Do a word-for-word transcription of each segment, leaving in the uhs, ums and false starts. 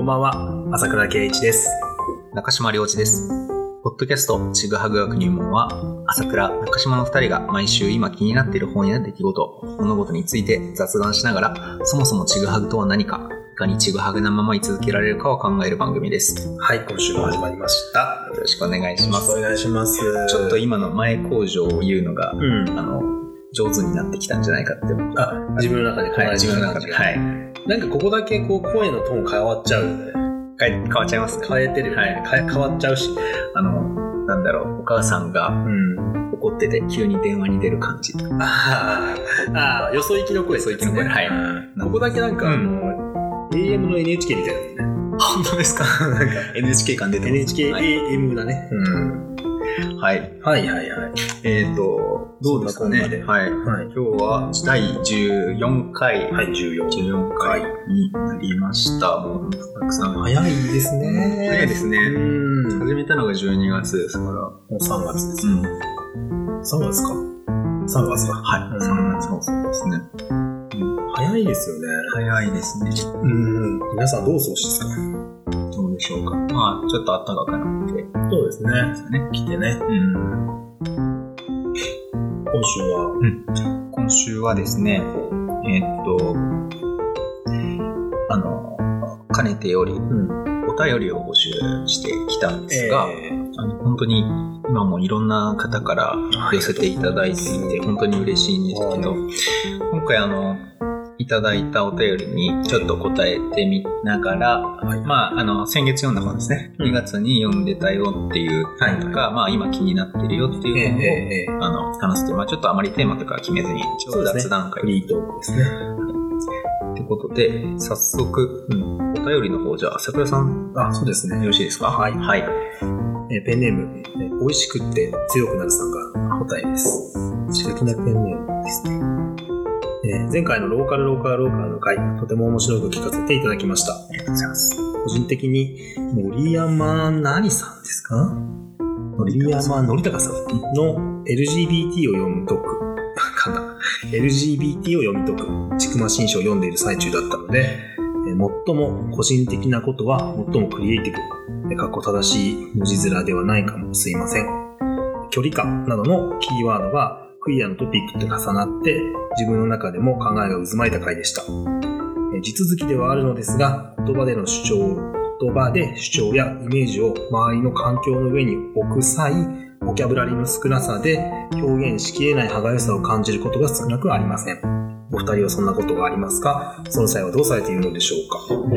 んばんは、朝倉圭一です。 中島良一です。ポッドキャストちぐはぐ学入門は、朝倉、中島のふたりが毎週今気になっている本や出来事、物事について雑談しながら、そもそもちぐはぐとは何か、いかにちぐはぐなまま居続けられるかを考える番組です。 はい、今週も始まりました。 よろしくお願いします。 よろしくお願いします。 ちょっと今の前工場を言うのが、うん、あの上手になってきたんじゃないかって思って。 あ、自分の中で、 はい、自分の中で、はい。 なんかここだけこう声のトーン変わっちゃうよね。 変わっちゃいますね。 変えてるよね、はい、変わっちゃうし、 あのなんだろう、お母さんが、うん、怒ってて急に電話に出る感じ。 ああ、よそ行きの声、 よそ行きの声、はい。 ここだけなんか、うん、エーエム の エヌエイチケー みたいなね。 本当ですか？なんか エヌエイチケー 感出てます。 エヌエイチケー エーエム だね。うん。 はい。 はいはいはい。 えっと、どうですかね。はい。はい、今日はだいじゅうよんかい。 はい、じゅうよん。 じゅうよんかいになりました。もう、たくさん。 早いですね。 早いですね。うん。始めたのがじゅうにがつですから。 もうさんがつですね。うん、さんがつか。さんがつか。 はい。うん、さんがつもそうですね。 うん、早いですよね。 早いですね。 うん。皆さんどうお過ごしですか？ どうでしょうか。まあ、ちょっと暖かくなって。 そうですね。ね、来てね。うん。今週は、 うん、今週はですね、えー、っと、あの、かねてより、うん、お便りを募集してきたんですが、えー、あの本当に今もいろんな方から寄せていただいていて、本当に嬉しいんですけど、今回あの、いただいたお便りにちょっと答えてみながら、はい、まあ、あの、先月読んだ本ですね。うん、にがつに読んでたよっていう本とか、はい、まあ、今気になってるよっていう本を、えーえー、あの、話して、まあ、ちょっとあまりテーマとか決めずに、ちょっと雑談会。 フリートークですね。 ということで、早速、うん、お便りの方、じゃあ、桜さん。 あ、そうですね。 よろしいですか？ はい。はい。えー、ペンネーム、えー、美味しくって強くなるさんが答えです。素敵なペンネームですね。前回のローカルローカルローカルの回、とても面白く聞かせていただきました。ありがとうございます。 個人的に森山何さんですか？森山則隆さんの エルジービーティー を読み解くかな エルジービーティー を読み解くちくま新書を読んでいる最中だったので、最も個人的なことは最もクリエイティブ、かっこ正しい文字面ではないかもすいません。距離感などのキーワードがクリアのトピックと重なって自分の中でも考えが渦巻いた回でした。地続きではあるのですが、言葉での主張、言葉で主張やイメージを周りの環境の上に置く際、ボキャブラリーの少なさで表現しきれない歯がゆさを感じることが少なくありません。お二人はそんなことがありますか？その際はどうされているのでしょうか？うん、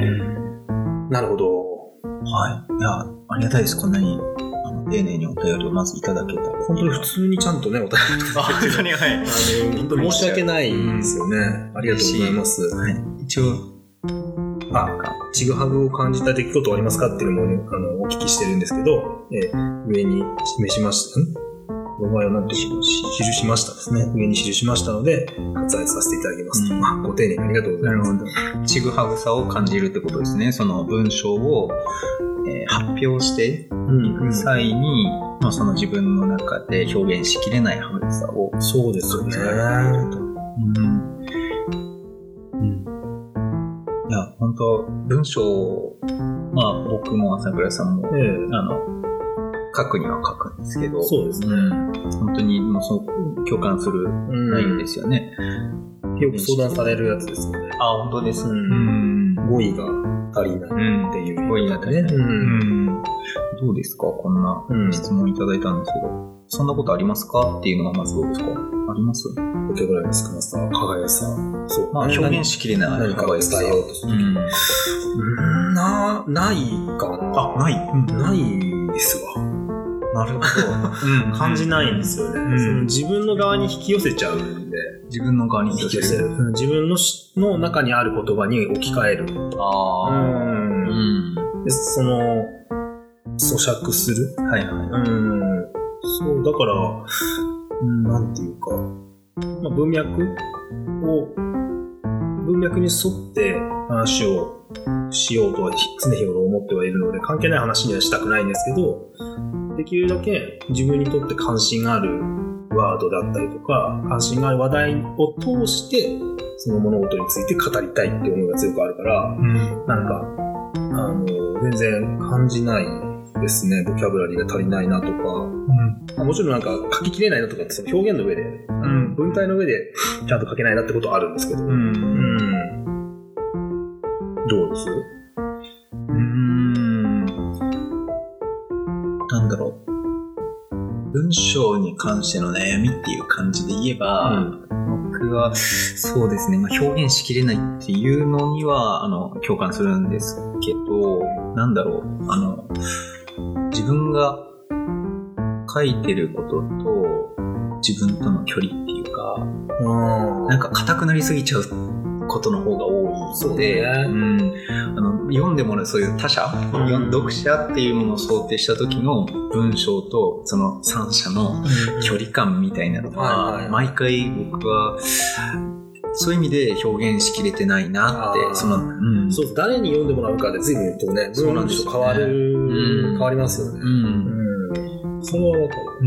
なるほど。 はい。いや、ありがたいです。こんなに丁寧にお便りをまずいただけたら。 本当に普通にちゃんとね、お便りあ、本当に、はい。 あの、本当に申し訳ないですよね。うん、ありがとうございます。 はい。一応、 あ、ちぐはぐを感じた出来事はありますかっていうのも、ね、あの、お聞きしてるんですけど、えー、上に示しました。んお前は何と記しましたですね。上に記しましたので、割愛させていただきます。うん、ご丁寧にありがとうございます。なるほど。ちぐはぐさを感じるってことですね。その文章を、えー、発表していく際に、うんうん、まあ、その自分の中で表現しきれない歯がゆさを。 そうですよね。 うん。うん。いや、本当文章を、まあ、僕も朝倉さんも、えー、あの、書くには書くんですけど、 そうですね。 本当にもうそう共感する内容ですよね。 よく相談されるやつですよね。 あ、本当です。うんうん語彙が足りないっていう、 うん、語彙が足りない。うん、どうですか？こんな質問いただいたんですけど、うん、そんなことありますかっていうのがまずどうですか？あります？ ボキャブラリーの少なさ、歯がゆさ、 そう、まあ、表現しきれない何かを伝えようとする。うん、うんなないかな。 あ、ない、 うん、ないですわ。 なるほど、 うん、感じないんですよね、うん、その自分の側に引き寄せちゃうんで、 自分の側に引き寄せる、 自分 の, の中にある言葉に置き換える。 ああ、うん、 でその咀嚼する、 はいはい、うん、そうだから、うん、なんていうか、まあ、文脈を文脈に沿って話をしようとは常日頃思ってはいるので、関係ない話にはしたくないんですけど、できるだけ自分にとって関心があるワードだったりとか、関心がある話題を通してその物事について語りたいって思いが強くあるから、うん、なんかあの全然感じないですね。ボキャブラリーが足りないなとか、うん、もちろんなんか書ききれないなとかってその表現の上で、うん、文体の上でちゃんと書けないなってことはあるんですけど、うんうん、どうです？ うーん、なんだろう。文章に関しての悩みっていう感じで言えば、うん、僕はそうですね、まあ、表現しきれないっていうのにはあの共感するんですけど、なんだろう、あの自分が書いてることと自分との距離っていうか、なんか硬くなりすぎちゃうことの方が多いので、ね、うん、あの読んでもらうそういう他者、うん、読者っていうものを想定した時の文章とその三者の距離感みたいなのは、うん、毎回僕はそういう意味で表現しきれてないなって、その、うん、 そう、誰に読んでもらうかで随分とね、文章変わる、うん、変わりますよね。うんうん、それはわかる。 うん、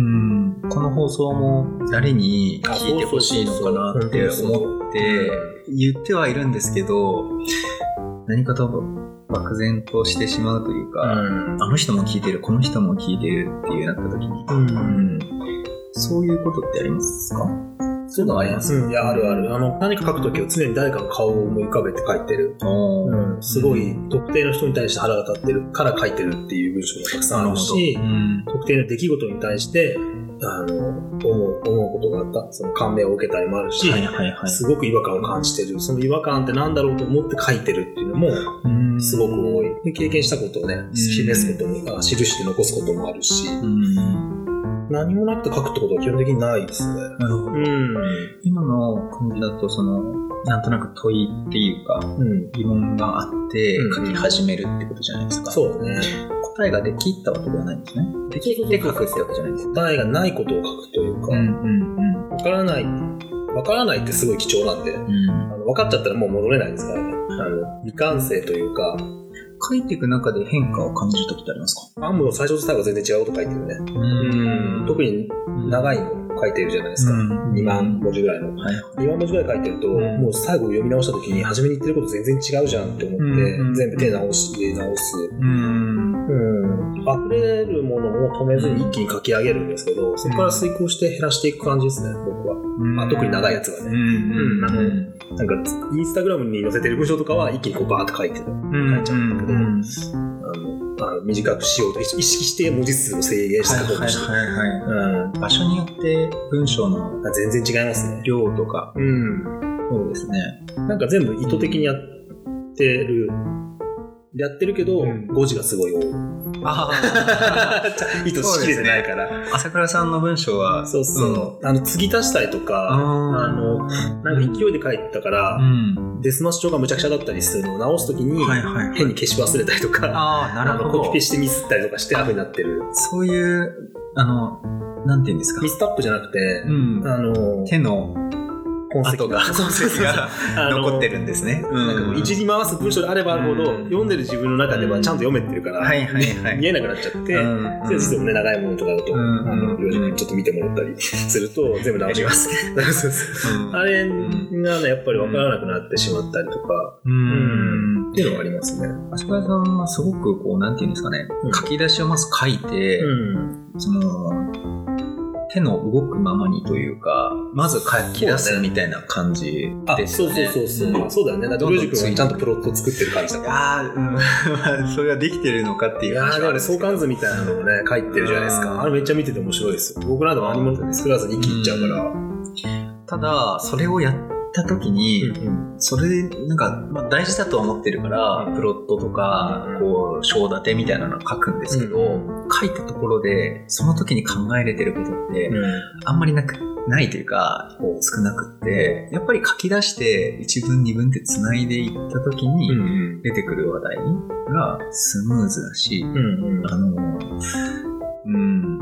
この放送も誰に聞いてほしいのかなって思って言ってはいるんですけど、何かと漠然としてしまうというか、うん、あの人も聞いてる、この人も聞いてるっていうなった時に、うんうん、そういうことってありますか？ そういうのがあります。うん、いや、あるある。あの、何か書くときは常に誰かの顔を思い浮かべて書いてる。うん、すごい、特定の人に対して腹が立ってるから書いてるっていう文章がたくさんあるし、うん、特定の出来事に対して、あの、思う、思うことがあった。その感銘を受けたりもあるし、はいはいはい、すごく違和感を感じてる。その違和感って何だろうと思って書いてるっていうのも、すごく多い。で、経験したことをね、示すことも、記して残すこともあるし、うん何もなくて書くってことは基本的にないですね。なるほど。うん、 今の感じだと、その、なんとなく問いっていうか、うん、疑問があって書き始めるってことじゃないですか。 うんうん、そうね。 答えができったわけではないんですね。できって書くってわけじゃないんです。 答えがないことを書くというか、うんうんうん、わからない、わからないってすごい貴重なんで、うん、あの分かっちゃったらもう戻れないですからね。あの未完成というか、 書いていく中で変化を感じるときってありますか？ あ、もう最初と最後は全然違うこと書いてるね。うん特に長いの書いてるじゃないですか。うんにまん文字ぐらいの。はい、にまん文字ぐらい書いてると、うん、もう最後読み直したときに初めに言ってること全然違うじゃんって思って、うん、全部手直しで直す。うんうん、溢れるものを止めずに一気に書き上げるんですけど、そこから遂行して減らしていく感じですね、僕は。まあ、特に長いやつはね。うんうん、あのなんかインスタグラムに載せてる文章とかは一気にこうバーッと書いてる、うん、書いちゃうんだけど、うん、あのあの短くしようと意識して文字数を制限して書こうとして、はいはいはいはい、 うん、場所によって文章の全然違いますね。 量とか、うん、そうですね。 なんか全部意図的にやってる、やってるけど、うん、語字がすごい多い。あ意図しきれてないから、ね、 朝倉さんの文章はそうそう、うん、あの継ぎ足したりとかあのなんか勢いで書いてたから、うん、デスマッシュ帳がむちゃくちゃだったりするのを直すときに、はいはいはい、変に消し忘れたりとか、あなるほどコピペしてミスったりとかしてアフになってる。 そういうあのなんていうんですか、 ミスタップじゃなくて、うん、あの手の痕跡が残ってるんですね。 なんか一時回す文章であればあるほど、うん、読んでる自分の中ではちゃんと読めてるから、うんはいはいはい、見えなくなっちゃって、うん、実はね長いものとかだと、うん、あのちょっと見てもらったりすると全部直します。あれがねやっぱり分からなくなってしまったりとか、うんうん、っていうのがありますね。 足利さんはすごくこうなんていうんですかね、うん、書き出しをまず書いて、うん、その手の動くままにというか、まず書き出すみたいな感じですね。 そうそうそうそう、うん、そうだよね。だってロジ君はちゃんとプロットを作ってる感じだから。 いやー、うん、それができてるのかっていう話はあるんですけど。 相関図みたいなのをね書いてるじゃないですか。あれめっちゃ見てて面白いですよ。僕らでも何も作らずに一気にいっちゃうから。うん、 ただそれをやった時に、うんうん、それでなんか、まあ、大事だと思ってるから、うん、プロットとか、うん、こう章立てみたいなのを書くんですけど、うん、書いたところでその時に考えれてることって、うん、あんまりなくないというか少なくって、やっぱり書き出して一文二文って繋いでいった時に出てくる話題がスムーズだし、うんうん、あのうん、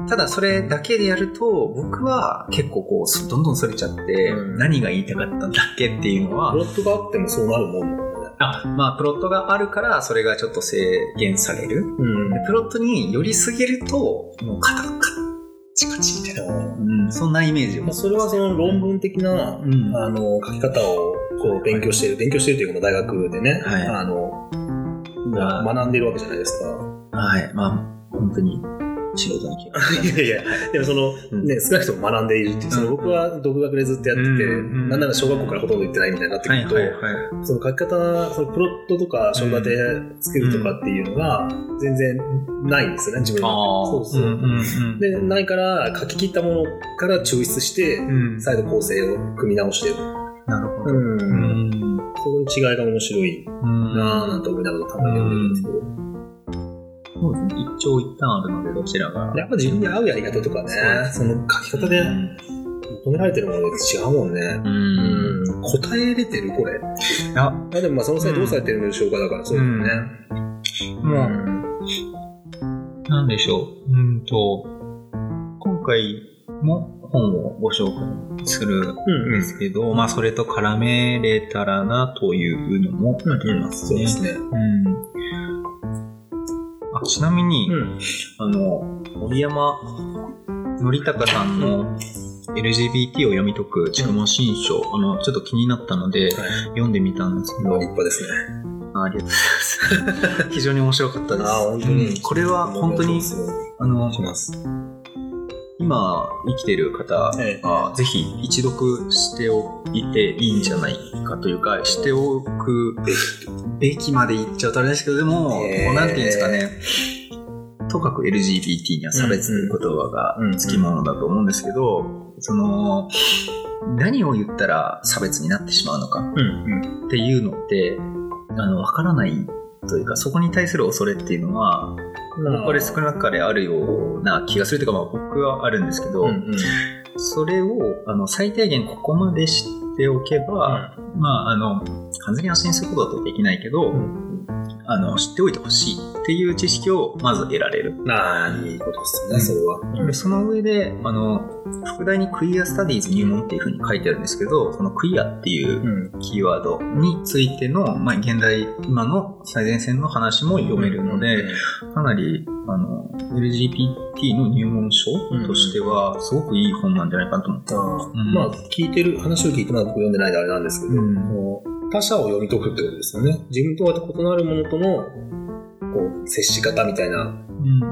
ただそれだけでやると僕は結構こうどんどんそれちゃって、うん、何が言いたかったんだっけっていうのはプロットがあってもそうなるもんね。 あ、まあプロットがあるからそれがちょっと制限される、うん、でプロットに寄りすぎるともうカタカチカチみたいな、うん、そんなイメージを、 まあ、それはその論文的な、うん、あの書き方をこう勉強している勉強しているというか大学でね、はい、あの学んでるわけじゃないですか。 はい。まあ、本当に仕事に気がいやいや、でもその、ね、少なくとも学んでいるっていう、その僕は独学でずっとやってて、うん、なんなら小学校からほとんど行ってないみたいになってくると、はいはいはい、その書き方、そのプロットとか章立て作るとかっていうのが全然ないんですよね、自分は。そうそう、うんうんうん。で、ないから書き切ったものから抽出して、うん、再度構成を組み直してる。 なるほど。うん。 その違いが面白いなぁなんて思いながらたまに読んでるんですけど。 そうですね。一長一短あるので、どちらが。 やっぱ自分に合うやり方とかね、その書き方で求められてるものが違うもんね。うん。答えれてるこれ。いや、でもまあその際どうされてるのでしょうか、だからそうですよね。 もう、なんでしょう。うんと、今回も本をご紹介するんですけど、うんうん、まあそれと絡めれたらなというのもありますね。そうですね。うんあちなみに、うん、あの、森山則隆さんの エルジービーティー を読み解く筑問新書、うん、あの、ちょっと気になったので、はい、読んでみたんですけど。 立派ですね。 あ, ありがとうございます。非常に面白かったです。 あ、本当に。 うん、これは本当に、あの、今生きている方は、ええ、ぜひ一読しておいていいんじゃないかというか、しておくべきまで言っちゃうとあれですけど、でも、えー、もうなんていうんですかね、とかく エルジービーティー には差別という言葉がつきものだと思うんですけど、うんうん、その、何を言ったら差別になってしまうのかっていうのって、あの、わからないというか、そこに対する恐れっていうのは、これ少なかれあるような気がするというか、まあ、僕はあるんですけど、うんうん、それをあの最低限ここまで知っておけば、うん、まああの完全に安心することだとできないけど、うん、あの知っておいてほしいっていう知識をまず得られる。 ああ、いいことですね、それは。 うん、でその上であの副題にクイアスタディーズ入門っていうふうに書いてあるんですけど、そのクイアっていうキーワードについての、まあ、現代今の最前線の話も読めるので、かなりあの エルジービーティー の入門書としてはすごくいい本なんじゃないかなと思って、 うんうん、まあ聞いてる話を聞いてまだ僕読んでないであれなんですけど、うん、他者を読み解くってことですよね。自分とまた異なるものとのこう接し方みたいな、うんうん、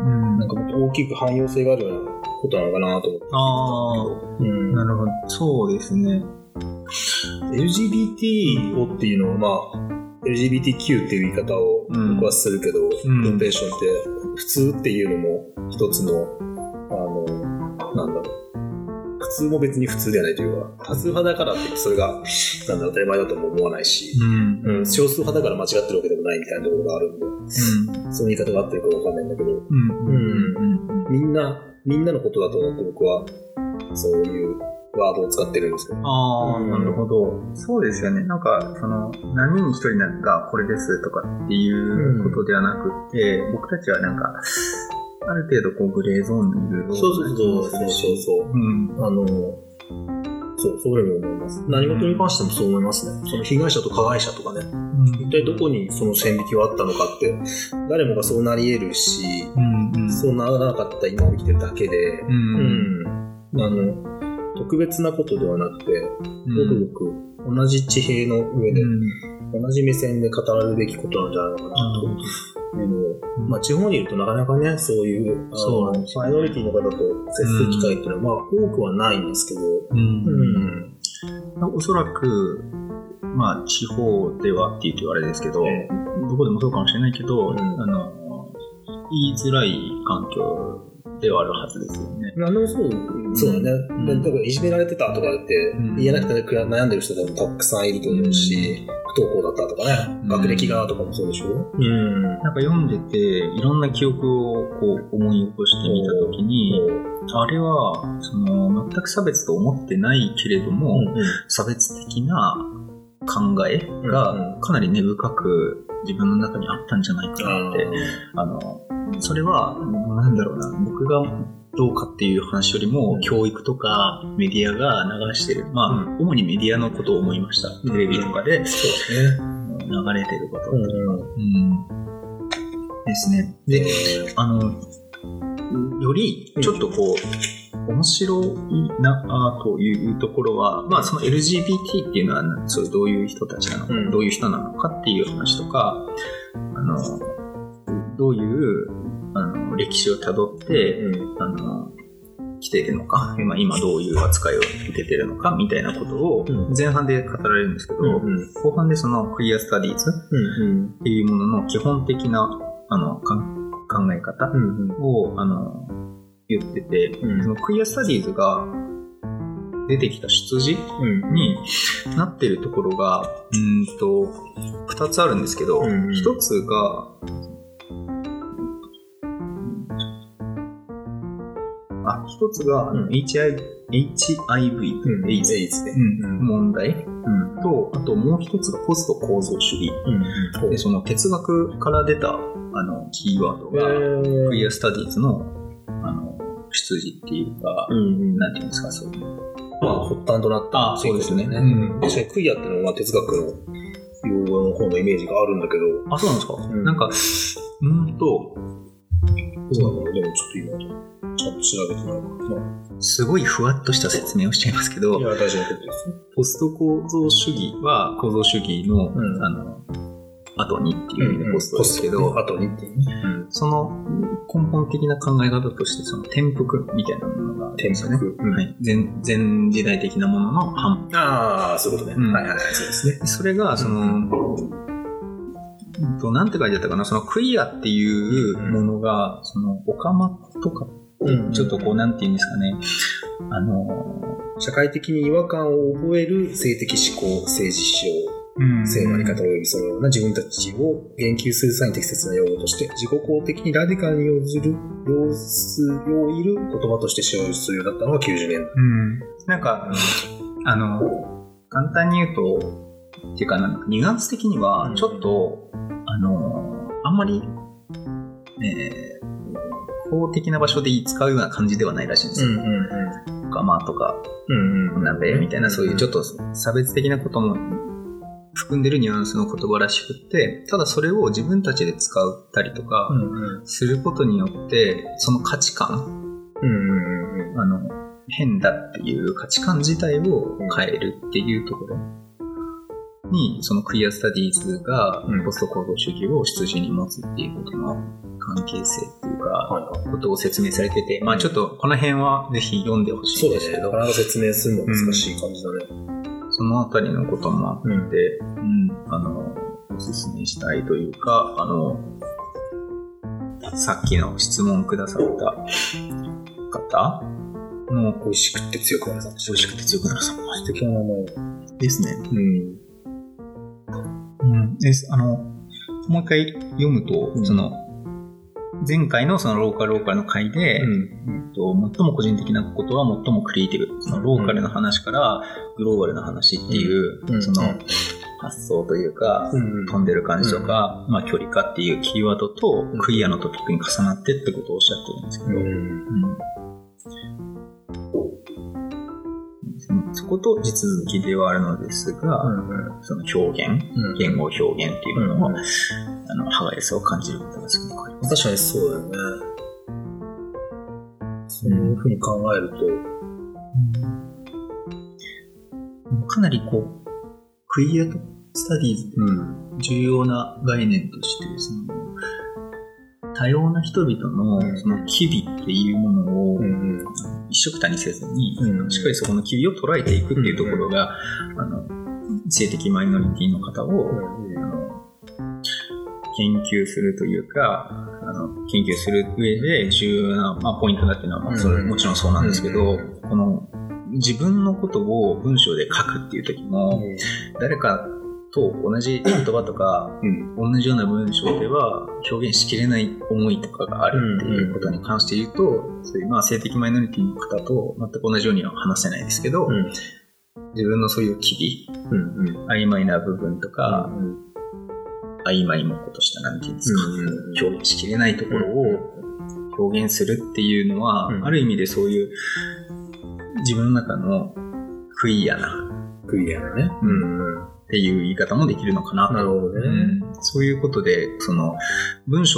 なんかもっと大きく汎用性があるようなことなのかなと思って。 ああ、うん、なるほど。そうですね。 エルジービーティー をっていうのは、まあ、エルジービーティーキュー っていう言い方を僕はするけど、うん、ノーテーションって普通っていうのも一つの、あの、なんだろう。普通も別に普通ではないというか、多数派だからって言ってそれが、なんだ当たり前だとも思わないし、うんうん、少数派だから間違ってるわけでもないみたいなところがあるんで、うん、その言い方が合ってるかわかんないんだけど、うんうんうん、みんな、みんなのことだと思って僕は、そういうワードを使ってるんですけど。 ああ、うん、なるほど。そうですよね。なんか、その、何人に一人がこれですとかっていうことではなくて、うん、僕たちはなんか、ある程度こうグレーゾーンにいる。 そうそうそうそうそうそう。うん。あの、そう、そういうふうに思います。何事に関してもそう思いますね。その被害者と加害者とかね。うん、一体どこにその線引きはあったのかって、誰もがそうなり得るし、うんうん、そうならなかった今を生きてるだけで、うん、うん、あの、特別なことではなくて、ごくごく同じ地平の上で、うん、同じ目線で語られるべきことなんじゃないのかなと。うんうん、まあ、地方にいるとなかなかね、そういう、そう、マイノリティの方と接する機会っていうのは、まあ、多くはないんですけど、うんうん、おそらく、まあ、地方ではって言うとあれですけど、えー、どこでもそうかもしれないけど、うん、あの言いづらい環境ではあるはずですよね。 あのそう、そうだね。うん、だからいじめられてたとかって言えなくて悩んでる人でもたくさんいると思うし、不登校だったとかね、うん、学歴がとかもそうでしょ。うん。 なんか読んでていろんな記憶をこう思い起こしてみたときに、あれはその全く差別と思ってないけれども、うんうん、差別的な考えがかなり根深く自分の中にあったんじゃないかなって、うん、あのそれはなんだろうな、僕がどうかっていう話よりも、うん、教育とかメディアが流してる、まあ、うん、主にメディアのことを思いました。テレビとかで、うん、そうですね、流れてることっていうのは、うんうん、ですね。で、あのよりちょっとこう面白いなというところは、まあ、その エルジービーティー っていうのはそれどういう人たちなのか、うん、どういう人なのかっていう話とか、あのどういうあの歴史をたどって、うん、あの来ているのか、今、今どういう扱いを受けているのかみたいなことを前半で語られるんですけど、うんうん、後半でそのクイアスタディーズっていうものの基本的なあの考え方を、うんうん、あの言ってて、うん、そのクイアスタディーズが出てきた出自になっているところがうんとふたつあるんですけど、うんうん、ひとつがあ、一つが、うん、エイチアイブイ、うん、エイズ、うん、問題、うん、と、あともう一つがポスト構造主義、うん、でその哲学から出たあのキーワードがクイアスタディーズのあの出自っていうか、うん、なんていうんですか、そういうまあ、発端となった。 あ、そうですね。 うん、確かにクイアっていうのは哲学の用語の方のイメージがあるんだけど。 あ、そうなんですか、うん、なんか、うんと、 そうなのでもちょっと今、ちゃんと調べてないからな。 すごいふわっとした説明をしちゃいますけど、 いや、大事なことです。 ポスト構造主義は構造主義の、うん、あの、後にっていう意味でポストですけど、 うんうん、後にっていうね、 うん。その根本的な考え方として、その転復みたいなものがあるんですよね。転復、はい、前, 前時代的なものの反。 ああ、そういうことね。うん、はいはいはい、そうですね。 それが、その、うんと、なんて書いてあったかな、そのクイアっていうものが、その、オカマとか、ちょっとこう、なんて言うんですかね、あの、 社会的に違和感を覚える性的思考、政治思想、性のあり方およびそのような自分たちを言及する際に適切な用語として自己肯的にラディカルに要ずる要す要いる言葉として使用するようだったのがきゅうじゅうねんだい、 うん、なんかあの簡単に言うとっていうかなんかニュアンス的にはちょっと、うん、あのあんまり、えー、公的な場所で使うような感じではないらしいんですよ、うんうんうん、オカマとか、うんうん、なんでみたいなそういうちょっと差別的なことも含んでるニュアンスの言葉らしくって、ただそれを自分たちで使ったりとかすることによってその価値観、うんうんうん、あの変だっていう価値観自体を変えるっていうところにそのクイアスタディーズがポスト構造主義を出自に持つっていうことの関係性っていうかことを説明されてて、まあちょっとこの辺はぜひ読んでほしいですけど、 そうですね、なかなか説明するの難しい感じだね、 うん、そのあたりのこともあって、うんうん、あのおすすめしたいというか、あのさっきの質問くださった方の美味しくて強くなるさん、美味しくて強くなるさん、 素敵な名前ですね。うんうん、です。あのもう一回読むと、うん、その前回のそのローカルローカルの回で、うん、と最も個人的なことは最もクリエイティブ、そのローカルの話からグローバルな話っていう、うん、その発想というか、うん、飛んでる感じとか、うんまあ、距離感っていうキーワードとクイアのトピックに重なってってことをおっしゃってるんですけど、うんうん、そこと地続きではあるのですが、うん、その表現、うん、言語表現っていうのを、うん、あの歯がゆさを感じることがすごくあります。 確かにそうだよね。そういうふうに考えると、 うん、かなりこうクイアスタディーズ、うん、重要な概念としてその多様な人々のその機微っていうものを、うんうん、一緒くたにせずに、うん、しっかりそこの機微を捉えていくっていうところが、うん、あの性的マイノリティの方を、うん、あの研究するというかあの研究する上で重要な、まあ、ポイントだっていうのは、まあ、それもちろんそうなんですけど、うん、この自分のことを文章で書くっていう時も、うん、誰かと同じ言葉とか、うん、同じような文章では表現しきれない思いとかがあるっていうことに関して言うと、うんうん、そういうまあ性的マイノリティの方と全く同じようには話せないですけど、うん、自分のそういう機微、うんうん、曖昧な部分とか、うんうん、曖昧もことしたなんていうんですか、うんうん、表現しきれないところを表現するっていうのは、うん、ある意味でそういう自分の中のクイアなクイアなね、 うんうん、っていう言い方もできるのかなと。 なるほどね、うん。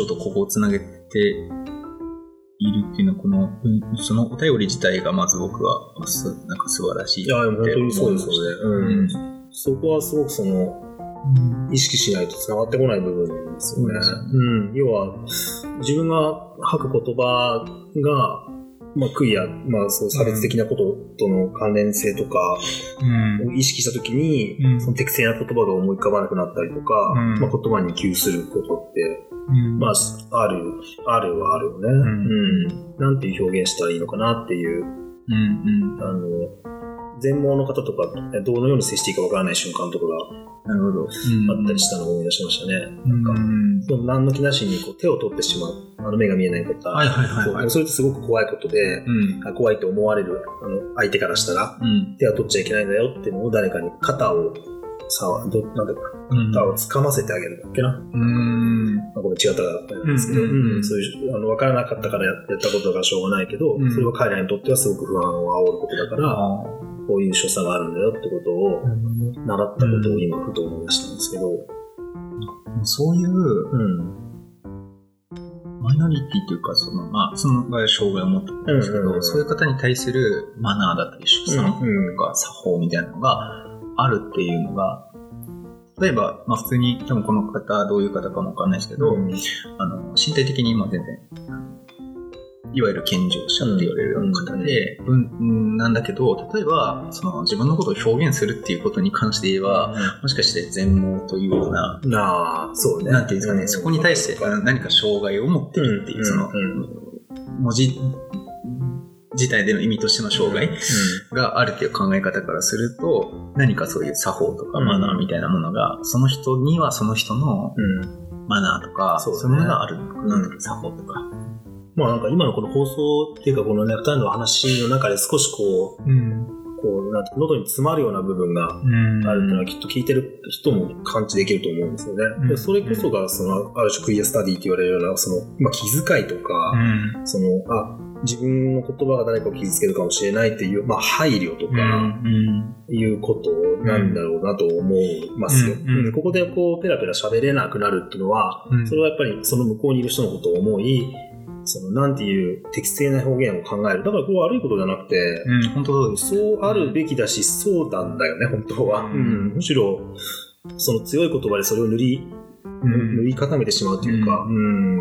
そういうことでその文章とここをつなげているっていうのは、この、そのお便り自体がまず僕は、なんか素晴らしい。 いや、本当にそうですよね。うん。そこはすごくその、意識しないと繋がってこない部分ですよね。うん。要は、自分が吐く言葉が、まあ、悔いや、まあ、そう差別的なこととの関連性とかを意識したときに、うん、その適正な言葉が思い浮かばなくなったりとか、うん、まあ、言葉に窮することって、うん、まあ、ある、あるはあるよね。うん。うん、なんていう表現したらいいのかなっていう、うんうん、あの、全盲の方とか、どのように接していいかわからない瞬間とかが、なるほど。あったりしたのを思い出しましたね。なんか、その何の気なしにこう手を取ってしまう。あの目が見えない方。はいはいはい、はい。それってすごく怖いことで、うん、怖いと思われるあの相手からしたら、うん、手は取っちゃいけないんだよっていうのを誰かに肩をさ、ど、なんだか、肩を掴ませてあげるんだっけな。うん。まあ、ごめん、違ったらなんですけど、うんうん、そういう、あの、わからなかったからやったことがしょうがないけど、うん、それは彼らにとってはすごく不安を煽ることだから、こういう所作があるんだよってことを、習ったことを今ふと思い出したんですけど、 うん、そういう、うんマイノリティというか、その、まあ、その場合は障害を持ってるんですけど、うんうんうん、そういう方に対するマナーだったり、所作とか作法みたいなのがあるっていうのが、例えば、まあ普通に、多分この方、どういう方かもわかんないですけど、うん、あの、身体的に今全然、いわゆる健常者って言われるような方で、うんうん、なんだけど、例えば、その自分のことを表現するっていうことに関して言えば、うん、もしかして全盲というような、 なあ、そうね。 なんていうんですかね、うん、そこに対して何か障害を持ってるっていう、その、文字自体での意味としての障害があるっていう考え方からすると、何かそういう作法とかマナーみたいなものが、その人にはその人のマナーとか、そういうものがあるのかな、作法とか。 まあなんか今のこの放送っていうかこのね、二人の話の中で少しこう、うん、こうなんて喉に詰まるような部分があるっていうのはきっと聞いてる人も感知できると思うんですよね。うん、でそれこそがそのある種クイアスタディって言われるようなその、まあ、気遣いとか、うん、そのあ自分の言葉が誰かを傷つけるかもしれないっていう、まあ、配慮とかいうことなんだろうなと思いますよ。うんうん、ここでこうペラペラ喋れなくなるっていうのは、うん、それはやっぱりその向こうにいる人のことを思い、そのなんていう適正な表現を考える。だからこれ悪いことじゃなくて、うん、本当そうです。そうあるべきだし、そうなんだよね、本当は。うん、むしろ、その強い言葉でそれを塗り、うん、塗り固めてしまうというか、うん、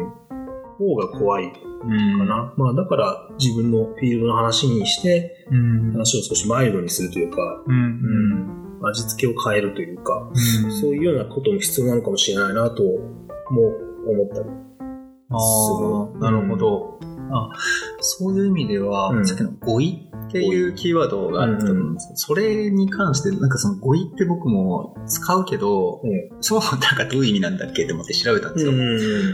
方が怖いかな。まあだから自分のフィールドの話にして、話を少しマイルドにするというか、うんうん、味付けを変えるというか、うん、そういうようなことも必要なのかもしれないなとも思ったり。 ああ、なるほど。うん、あそういう意味では、うん、さっきの語彙っていうキーワードがあると思うんですけど、うん、それに関して、なんかその語彙って僕も使うけど、うん、そう、なんかどういう意味なんだっけって思って調べたんですよ。うん、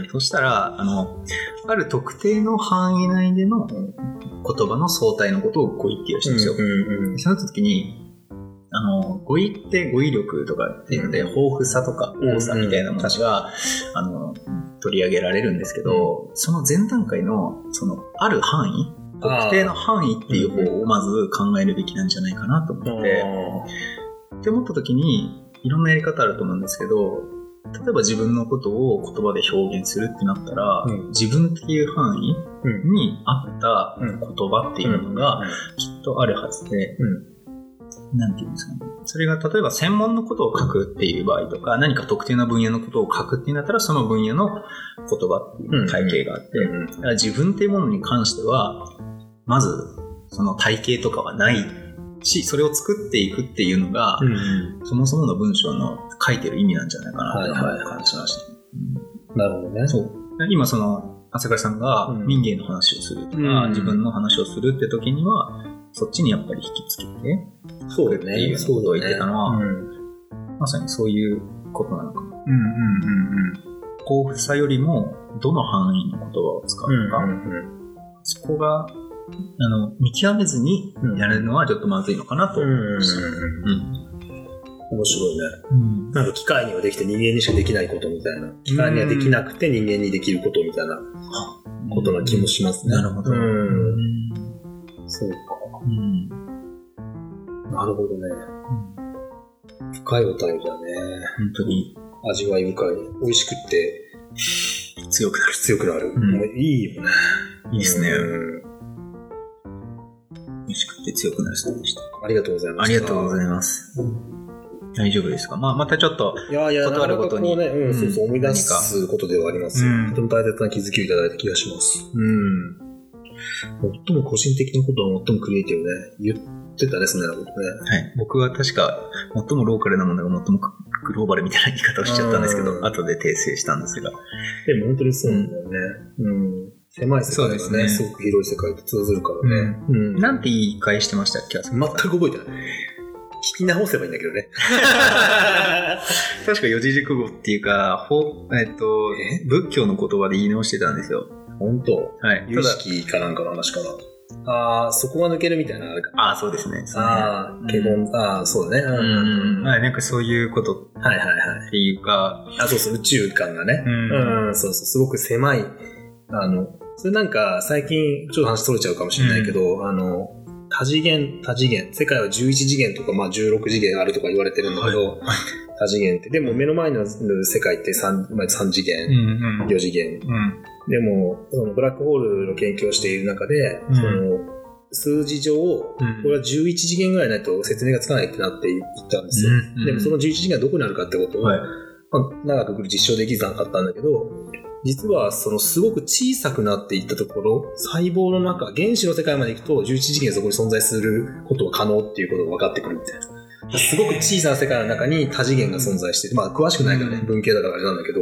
そしたら、あの、ある特定の範囲内での言葉の相対のことを語彙って言うらしいんですよ。うんうん、その時に、あの、語彙って語彙力とかっていうので、豊富さとか多さみたいなものが、あの、取り上げられるんですけど、その前段階の、その、ある範囲、特定の範囲っていう方をまず考えるべきなんじゃないかなと思って、って思った時に、いろんなやり方あると思うんですけど、例えば自分のことを言葉で表現するってなったら、うん、自分っていう範囲に合った言葉っていうものがきっとあるはずで、うんなんていうんですかね。それが例えば専門のことを書くっていう場合とか、何か特定な分野のことを書くっていうんだったら、その分野の言葉っていう体系があって、うんうん、だから自分っていうものに関しては、まずその体系とかはないし、それを作っていくっていうのが、うんうん、そもそもの文章の書いてる意味なんじゃないかなという感じしました。 なるほどね。 そう。今その朝倉さんが民芸の話をするとか、うん、自分の話をするって時には、そっちにやっぱり引きつけて、そうよね。っていうことを言ってたのは、ねうん、まさにそういうことなのかな。うんうんうんうん。豊富さよりも、どの範囲の言葉を使うのか、うんうんうん、そこが、あの、見極めずにやるのはちょっとまずいのかなと思いました。うんうんうんうん面白いね、うん。なんか機械にはできて人間にしかできないことみたいな。機械にはできなくて人間にできることみたいなことな気もしますね。 なるほど。うん、 そうか。うん、なるほどね、うん。深いお便りだね。 本当に。 味わい深い。美味しくって、 強くなる。 強くなる。 うん、 もういいよね。 いいですね。 うん美味しくて強くなる人でした。 ありがとうございます。 ありがとうございます。大丈夫ですか？まあ、またちょっと、 いやいや、 ことあるごとに。 ね、うん、そうそう、思い出すことではありますよ。うん、とても大切な気づきをいただいた気がします。うん。最も個人的なことは最もクリエイティブね。言ってたね、そんなことね。 はい。僕は確か、最もローカルなものが最もグローバルみたいな言い方をしちゃったんですけど、後で訂正したんですが。 でも本当にそうなんだよね。うん。うん狭い世界がね、ね、すごく広い世界と通ずるからね。 うんうん、なんて言い返してましたっけ？ 全く覚えてない。聞き直せばいいんだけどね。 確か四字熟語っていうか、えっと、仏教の言葉で言い直してたんですよ。 本当？ はい。 有識かなんかの話かな。ああ、そこが抜けるみたいなあれか。 ああ、そうですね。 ああ、結婚、ああ、そうだね。 うん。はい、なんかそういうこと。 はいはいはい。 っていうか、 あ、そうそう、宇宙観がね。うん。うん、そうそう、すごく狭い。あの、それなんか最近ちょっと話取れちゃうかもしれないけど、うん、あの多次元多次元世界はじゅういち次元とか、まあ、じゅうろく次元あるとか言われてるんだけど、はいはい、多次元ってでも目の前の世界って 3, 3次元、うんうん、よ次元、うん、でもそのブラックホールの研究をしている中で、うん、その数字上、うん、これはじゅういち次元ぐらいないと説明がつかないってなっていったんですよ、うんうん、でもそのじゅういち次元がどこにあるかってことを、はいまあ、長く実証できなかったんだけど実はそのすごく小さくなっていったところ細胞の中原子の世界まで行くとじゅういち次元そこに存在することは可能っていうことが分かってくるみたいなすごく小さな世界の中に多次元が存在しているまあ詳しくないからね、うん、文系だからあれなんだけど、うん、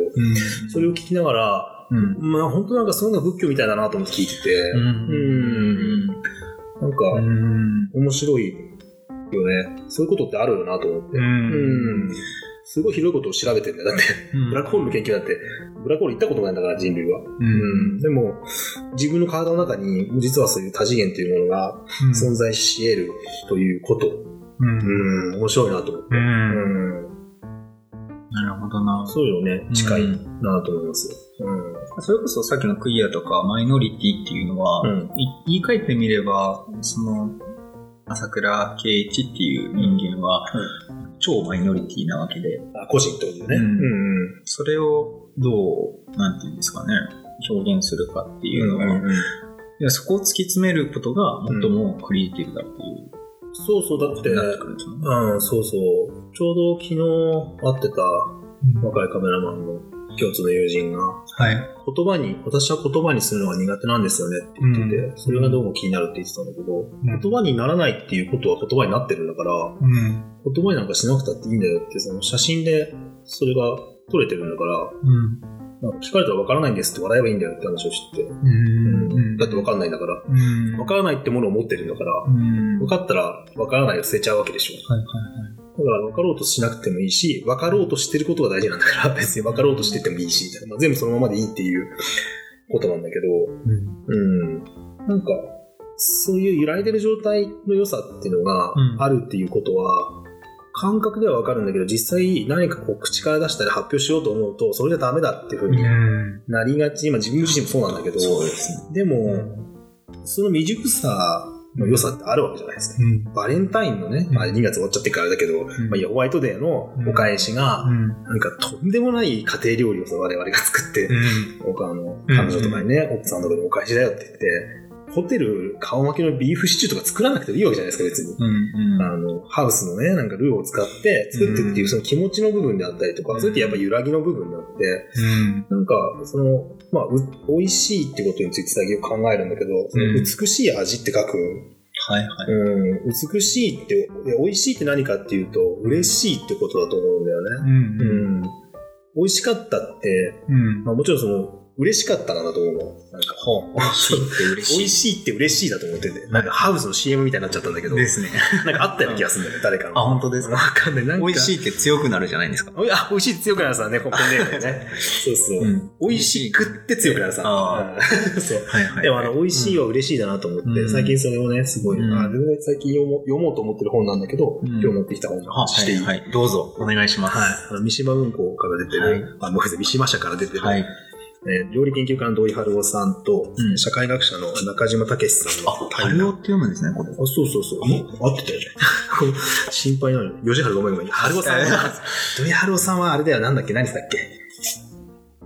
それを聞きながら、うん、まあ本当なんかそういうのが仏教みたいだなと思って聞いててうん、うんなんか面白いよねそういうことってあるよなと思って、うんうんすごい広いことを調べてるんだよ。だって、うん、ブラックホールの研究だって、ブラックホール行ったことないんだから人類は。うんうん、でも、自分の体の中に、実はそういう多次元というものが存在し得るということ。うん、うん面白いなと思って、うんうん。 なるほどな。 そうよね。近いなと思いますよ、 うん。それこそさっきのクイアとかマイノリティっていうのは、うん、言い換えてみれば、その、朝倉圭一っていう人間は、うん超マイノリティなわけで。 あ、個人ってことね、うんうんうん。それをどう、なんていうんですかね、表現するかっていうのは、うんうんうん、いやそこを突き詰めることが最もクリエイティブだっていう。 うん、そうそう、だって、うん、そうそう。ちょうど昨日会ってた若いカメラマンの共通の友人が、はい、言葉に、私は言葉にするのが苦手なんですよねって言ってて、うん、それがどうも気になるって言ってたんだけど、うん、言葉にならないっていうことは言葉になってるんだから、うん、言葉になんかしなくたっていいんだよって、その写真でそれが撮れてるんだから、うんなんか聞かれたら分からないんですって笑えばいいんだよって話をしてて、うんうん、だって分かんないんだから、うん、分からないってものを持ってるんだから、うん、分かったら分からないを捨てちゃうわけでしょ、はいはいはいだから分かろうとしなくてもいいし、分かろうとしてることが大事なんだから、別に分かろうとしててもいいし、まあ、全部そのままでいいっていうことなんだけど、うん、うん、なんか、そういう揺らいでる状態の良さっていうのがあるっていうことは、うん、感覚では分かるんだけど、実際何かこう口から出したり発表しようと思うと、それじゃダメだっていう風になりがち、今自分自身もそうなんだけど、そうですね、でも、その未熟さ、の良さってあるわけじゃないですか、うん、バレンタインのね、まあ、にがつ終わっちゃってからだけど、うんまあ、ホワイトデーのお返しが、うん、なんかとんでもない家庭料理を我々が作って、うん、あの彼女とかにね、うん、奥さんとかにお返しだよって言ってホテル顔巻きのビーフシチューとか作らなくてもいいわけじゃないですか別に、うんうん、あのハウスのねなんかルーを使って作ってっていうその気持ちの部分であったりとか、うん、それってやっぱ揺らぎの部分であって、うん、なんかそのまあ美味しいってことについて最近考えるんだけど、その美しい味って書く、はいはいうん、美しいって美味しいって何かっていうと嬉しいってことだと思うんだよね、うんうんうん、美味しかったって、うんまあ、もちろんその嬉しかったなだと思うの。なんか、美味しいって嬉しい。美味しいって嬉しいだと思ってて。なんかハウスの シーエム みたいになっちゃったんだけど。ですね。なんかあったような気がするんだよね、誰かの。 あ、本当ですか。 わかんない。なんか。 美味しいって強くなるじゃないですか。 あ、美味しいって強くなるさね、ここでね。そうそう、うん。美味しくって強くなるさ。あそう。はいはい。でもあの、美味しいは嬉しいだなと思って、うん、最近それをね、すごい、うん、あ全然最近読も、読もうと思ってる本なんだけど、うん、今日持ってきた本をしていい、 はいはい。どうぞ、お願いします。はい。 あの三島文庫から出てる、はい、あ、ごめんなさい、三島社から出てる、はいえー、料理研究家の土井春夫さんと、うん、社会学者の中島武さんのあ、春夫って読むんですね、これ。あ、 そうそうそう。合ってたよね。心配なのよ。吉原ごめんごめん。春夫さんは、土井春夫さんはあれだよ、なんだっけ、何だっけ。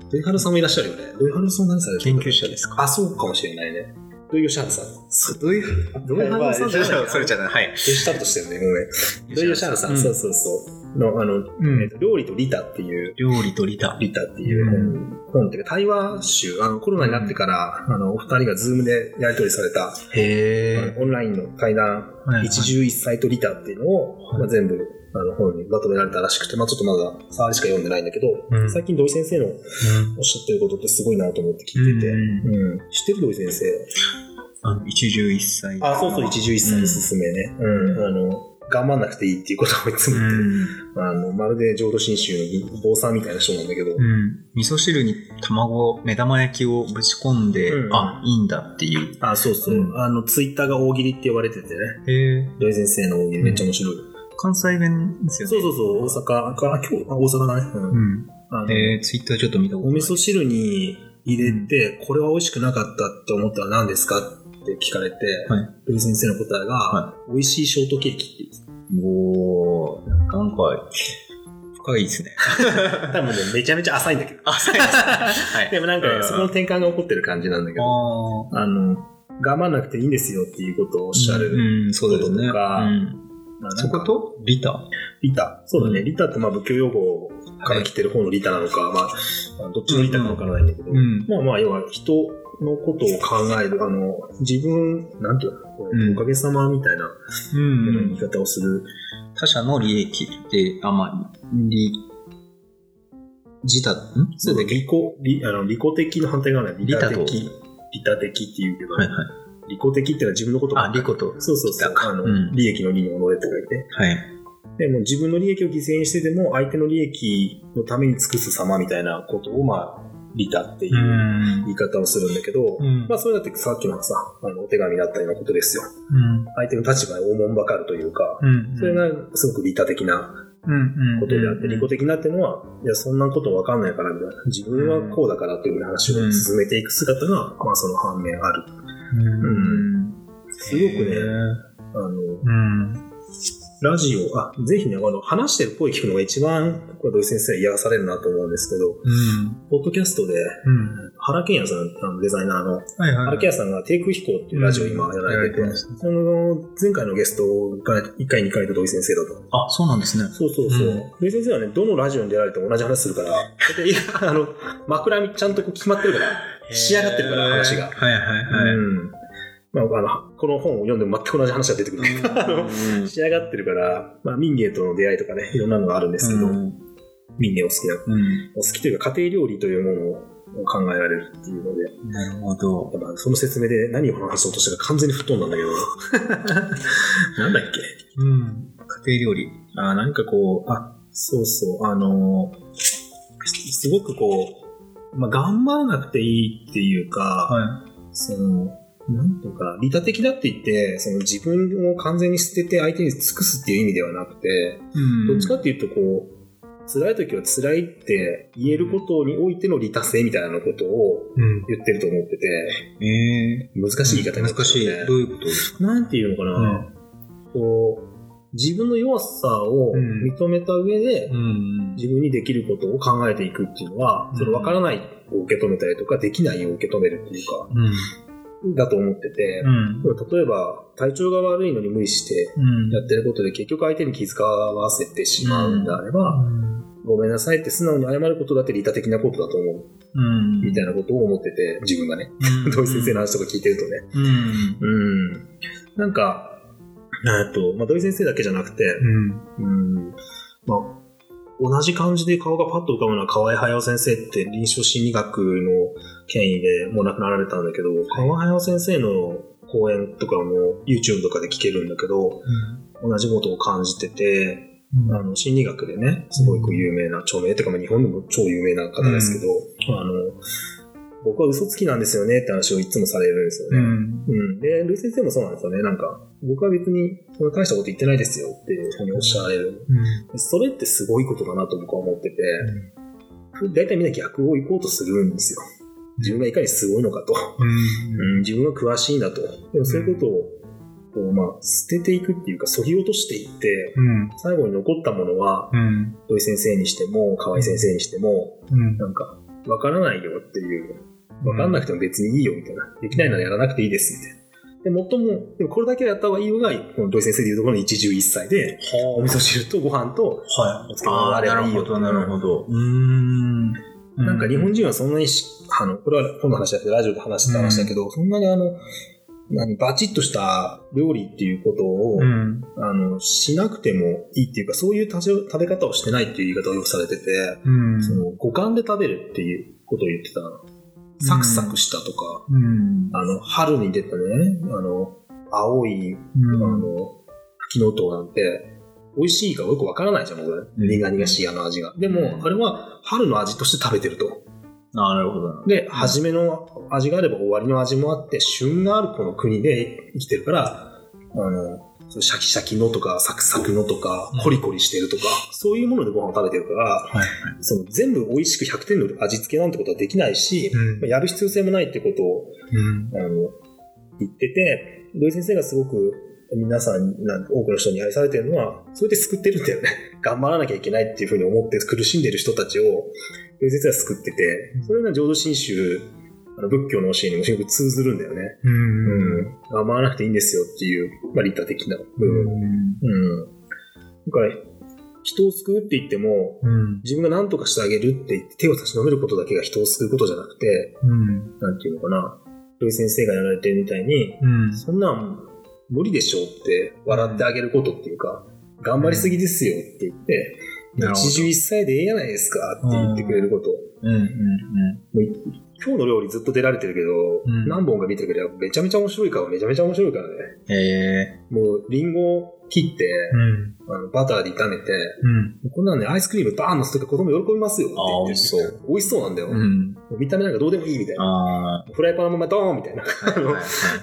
土井春さんもいらっしゃるよね。土井春さん何されてる研究者ですか？ あ、そうかもしれないね。土井善晴さん。 土井土井春さんじゃないか。 それじゃない。はい。 ゲシュタルトしてるね、ごめん。土井善晴さん、 うん、 そうそうそう。の、あの、 うんえーと、料理とリタっていう。 料理とリタ。 リタっていう本、うん、本っていうか、対話集、あの、コロナになってから、うん、あの、お二人がズームでやり取りされた、 へーオンラインの対談、はいはい、一汁一菜とリタっていうのを、はい、まあ、全部、あの本にまとめられたらしくて、まあちょっとまだ触りしか読んでないんだけど、うん、最近土井先生のおっしゃってることってすごいなと思って聞いてて、うんうん、知ってる土井先生？ あの一汁一菜。 あ、そうそう、一汁一菜のすすめね。うん。あの、頑張んなくていいっていうことをいつも言ってる。うん、あの、まるで浄土真宗の坊さんみたいな人なんだけど。 うん。味噌汁に卵、目玉焼きをぶち込んで、うん、あ、いいんだっていう。 あ、そうそう。うん、あの、ツイッターが大喜利って言われててね。 へぇ。 土井先生の大喜利めっちゃ面白い。 うん関西弁ですよね。 そうそうそう、大阪から、今日、あ、大阪だね。うん。うん、 あのえー、ツイッターちょっと見たことない。 お味噌汁に入れて、これは美味しくなかったって思ったら何ですかって聞かれて、はい、土井先生の答えが、はい、美味しいショートケーキって言って。 おー、なんか、深いですね。 多分ね、めちゃめちゃ浅いんだけど。 浅いですね。はい。 でもなんか、ね、そこの転換が起こってる感じなんだけど、あの、我慢なくていいんですよっていうことをおっしゃることとか、うんうん、 そことリタリタ。そうだね。リタってまあ仏教用語から来てる方のリタなのか、はい、まあ、どっちのリタかわからないんだけど、うん、まあまあ、要は人のことを考える、あの、自分、なんていうの、うん、おかげさまみたいな、うん、言い方をする。 他者の利益って、あ、まあ、利、自他、んそうだ、利己、利、あの、利己的の反対側なんだ。利他的。利他的って言うけど、はいはい。利己的っていうのは自分のことを。 あ、利己と。 そうそうそう。あの、うん、利益の利の己って書いて。 はい。 でも自分の利益を犠牲にしてでも相手の利益のために尽くす様みたいなことを、まあ、利他っていう言い方をするんだけど、うん、まあそれだってさっきのさ、あの、お手紙だったようなことですよ。うん、相手の立場をおもんばかるというか、うん、それがすごく利他的なことであって、利己的なっていうのは、いや、そんなことわかんないからみたいな、自分はこうだからっていう話を進めていく姿が、まあその反面ある。うんうん、すごくね、あの、うんラジオ、あ、ぜひね、あの、話してる声聞くのが一番、僕は土井先生癒されるなと思うんですけど、うん、ポッドキャストで、うん、原健也さん、あのデザイナーの、はいはいはい、原健也さんが低空飛行っていうラジオを今やられてて、うん、その、前回のゲストがいっかいにかいと土井先生だと。 あ、そうなんですね。 そうそうそう。うん、土井先生はね、どのラジオに出られても同じ話するから、あの、枕にちゃんとこう決まってるから、仕上がってるから、話が。 はいはいはい。うんまあ、あのこの本を読んでも全く同じ話が出てくるけど、うん、仕上がってるから、まあ、民芸との出会いとかね、いろんなのがあるんですけど、うん、民芸を好きな、うん、お好きというか家庭料理というものを考えられるっていうので、 なるほど。 だからその説明で何を話そうとしたか完全に吹っ飛んだんだけど、なんだっけ、 うん、家庭料理。 あ、なんかこう、あ、そうそう、あの、すごくこう、まあ、頑張らなくていいっていうか、はい、その、なんとか、利他的だって言って、その自分を完全に捨てて相手に尽くすっていう意味ではなくて、うん、どっちかっていうとこう、辛い時は辛いって言えることにおいての利他性みたいなことを言ってると思ってて、うんえー、難しい言い方になっちゃうね。難しい。 どういうことですか？ なんていうのかな、うん、こう、自分の弱さを認めた上で、うん、自分にできることを考えていくっていうのは、うん、その分からないを受け止めたりとか、できないを受け止めるっていうか、うんだと思ってて、うん、例えば体調が悪いのに無理してやってることで結局相手に気遣わせてしまうんであれば、うん、ごめんなさいって素直に謝ることだって利他的なことだと思う、うん、みたいなことを思ってて、自分がね、うん、土井先生の話とか聞いてるとね、うんうん、なんかえっと、まあ、土井先生だけじゃなくて、うんうんまあ同じ感じで顔がパッと浮かぶのは河合隼先生って臨床心理学の権威でもう亡くなられたんだけど、河合隼先生の講演とかも YouTube とかで聞けるんだけど、うん、同じことを感じてて、うん、あの心理学でねすごく有名な著名というか日本でも超有名な方ですけど、うん、あの僕は嘘つきなんですよねって話をいつもされるんですよね。うんうん、で、ルイ先生もそうなんですよね。なんか、僕は別にその大したこと言ってないですよっていうふうにおっしゃられる。うん、それってすごいことだなと僕は思ってて、うん、大体みんな逆を行こうとするんですよ。自分がいかにすごいのかと。うんうん、自分が詳しいんだと。でもそういうことを、こうまあ、捨てていくっていうか、削ぎ落としていって、うん、最後に残ったものは、うん、土井先生にしても、河合先生にしても、うん、なんか、 わからないよっていう、わかんなくても別にいいよみたいな、できないならやらなくていいですみたいな。で、もっとも、でもこれだけやった方がいいのが、この土井先生でいうところの一汁一菜で、お味噌汁とご飯と、お漬物があればいいよ。 なるほど、なるほど。うーん。 なんか日本人はそんなにし、あの、これは本の話だってラジオで話してた話だけど、うん、そんなにあの、何、バチッとした料理っていうことを、うん、あの、しなくてもいいっていうか、そういう食べ方をしてないっていう言い方をよくされてて、うん、その五感で食べるっていうことを言ってた。サクサクしたとか、うん、あの、春に出たね、あの、青い、うん、あの、吹きのとうなんて、美味しいかよくわからないじゃん、これ。苦々しいあの味が。でも、あれは春の味として食べてると。 ああ、なるほど。 で、初めの味があれば終わりの味もあって、旬があるこの国で生きてるから、あの、シャキシャキのとか、サクサクのとか、コリコリしてるとか、そういうものでご飯を食べてるから、はいはい、その全部美味しくひゃくてんの味付けなんてことはできないし、うん、やる必要性もないってことを、うん、あの言ってて、土井先生がすごく皆さん、多くの人に愛されてるのは、それで救ってるんだよね。頑張らなきゃいけないっていうふうに思って苦しんでる人たちを、土井先生は救ってて、それが浄土真宗、あの仏教の教えにもすごく通ずるんだよね。うんうん、頑張らなくていいんですよっていう、まあ、利他的な部分。うんうん、だから人を救うって言っても、うん、自分が何とかしてあげるって言って手を差し伸べることだけが人を救うことじゃなくて、うん、なんていうのかな、土井先生がやられてるみたいに、うん、そんなん無理でしょうって笑ってあげることっていうか、うん、頑張りすぎですよって言って、うん、一汁一菜でええやないですかって言ってくれること。うんうんうん、今日の料理ずっと出られてるけど、うん、何本か見てるけど、めちゃめちゃ面白いから、めちゃめちゃ面白いからね。へー。もう、リンゴを切って、うん、あのバターで炒めて、うん、こんなんね、アイスクリームバーンのせて子供喜びますよって言って。あ、美味しそう。美味しそうなんだよ。うん、見た目なんかどうでもいいみたいな。フライパンのままドーンみたいな。はいはいはい、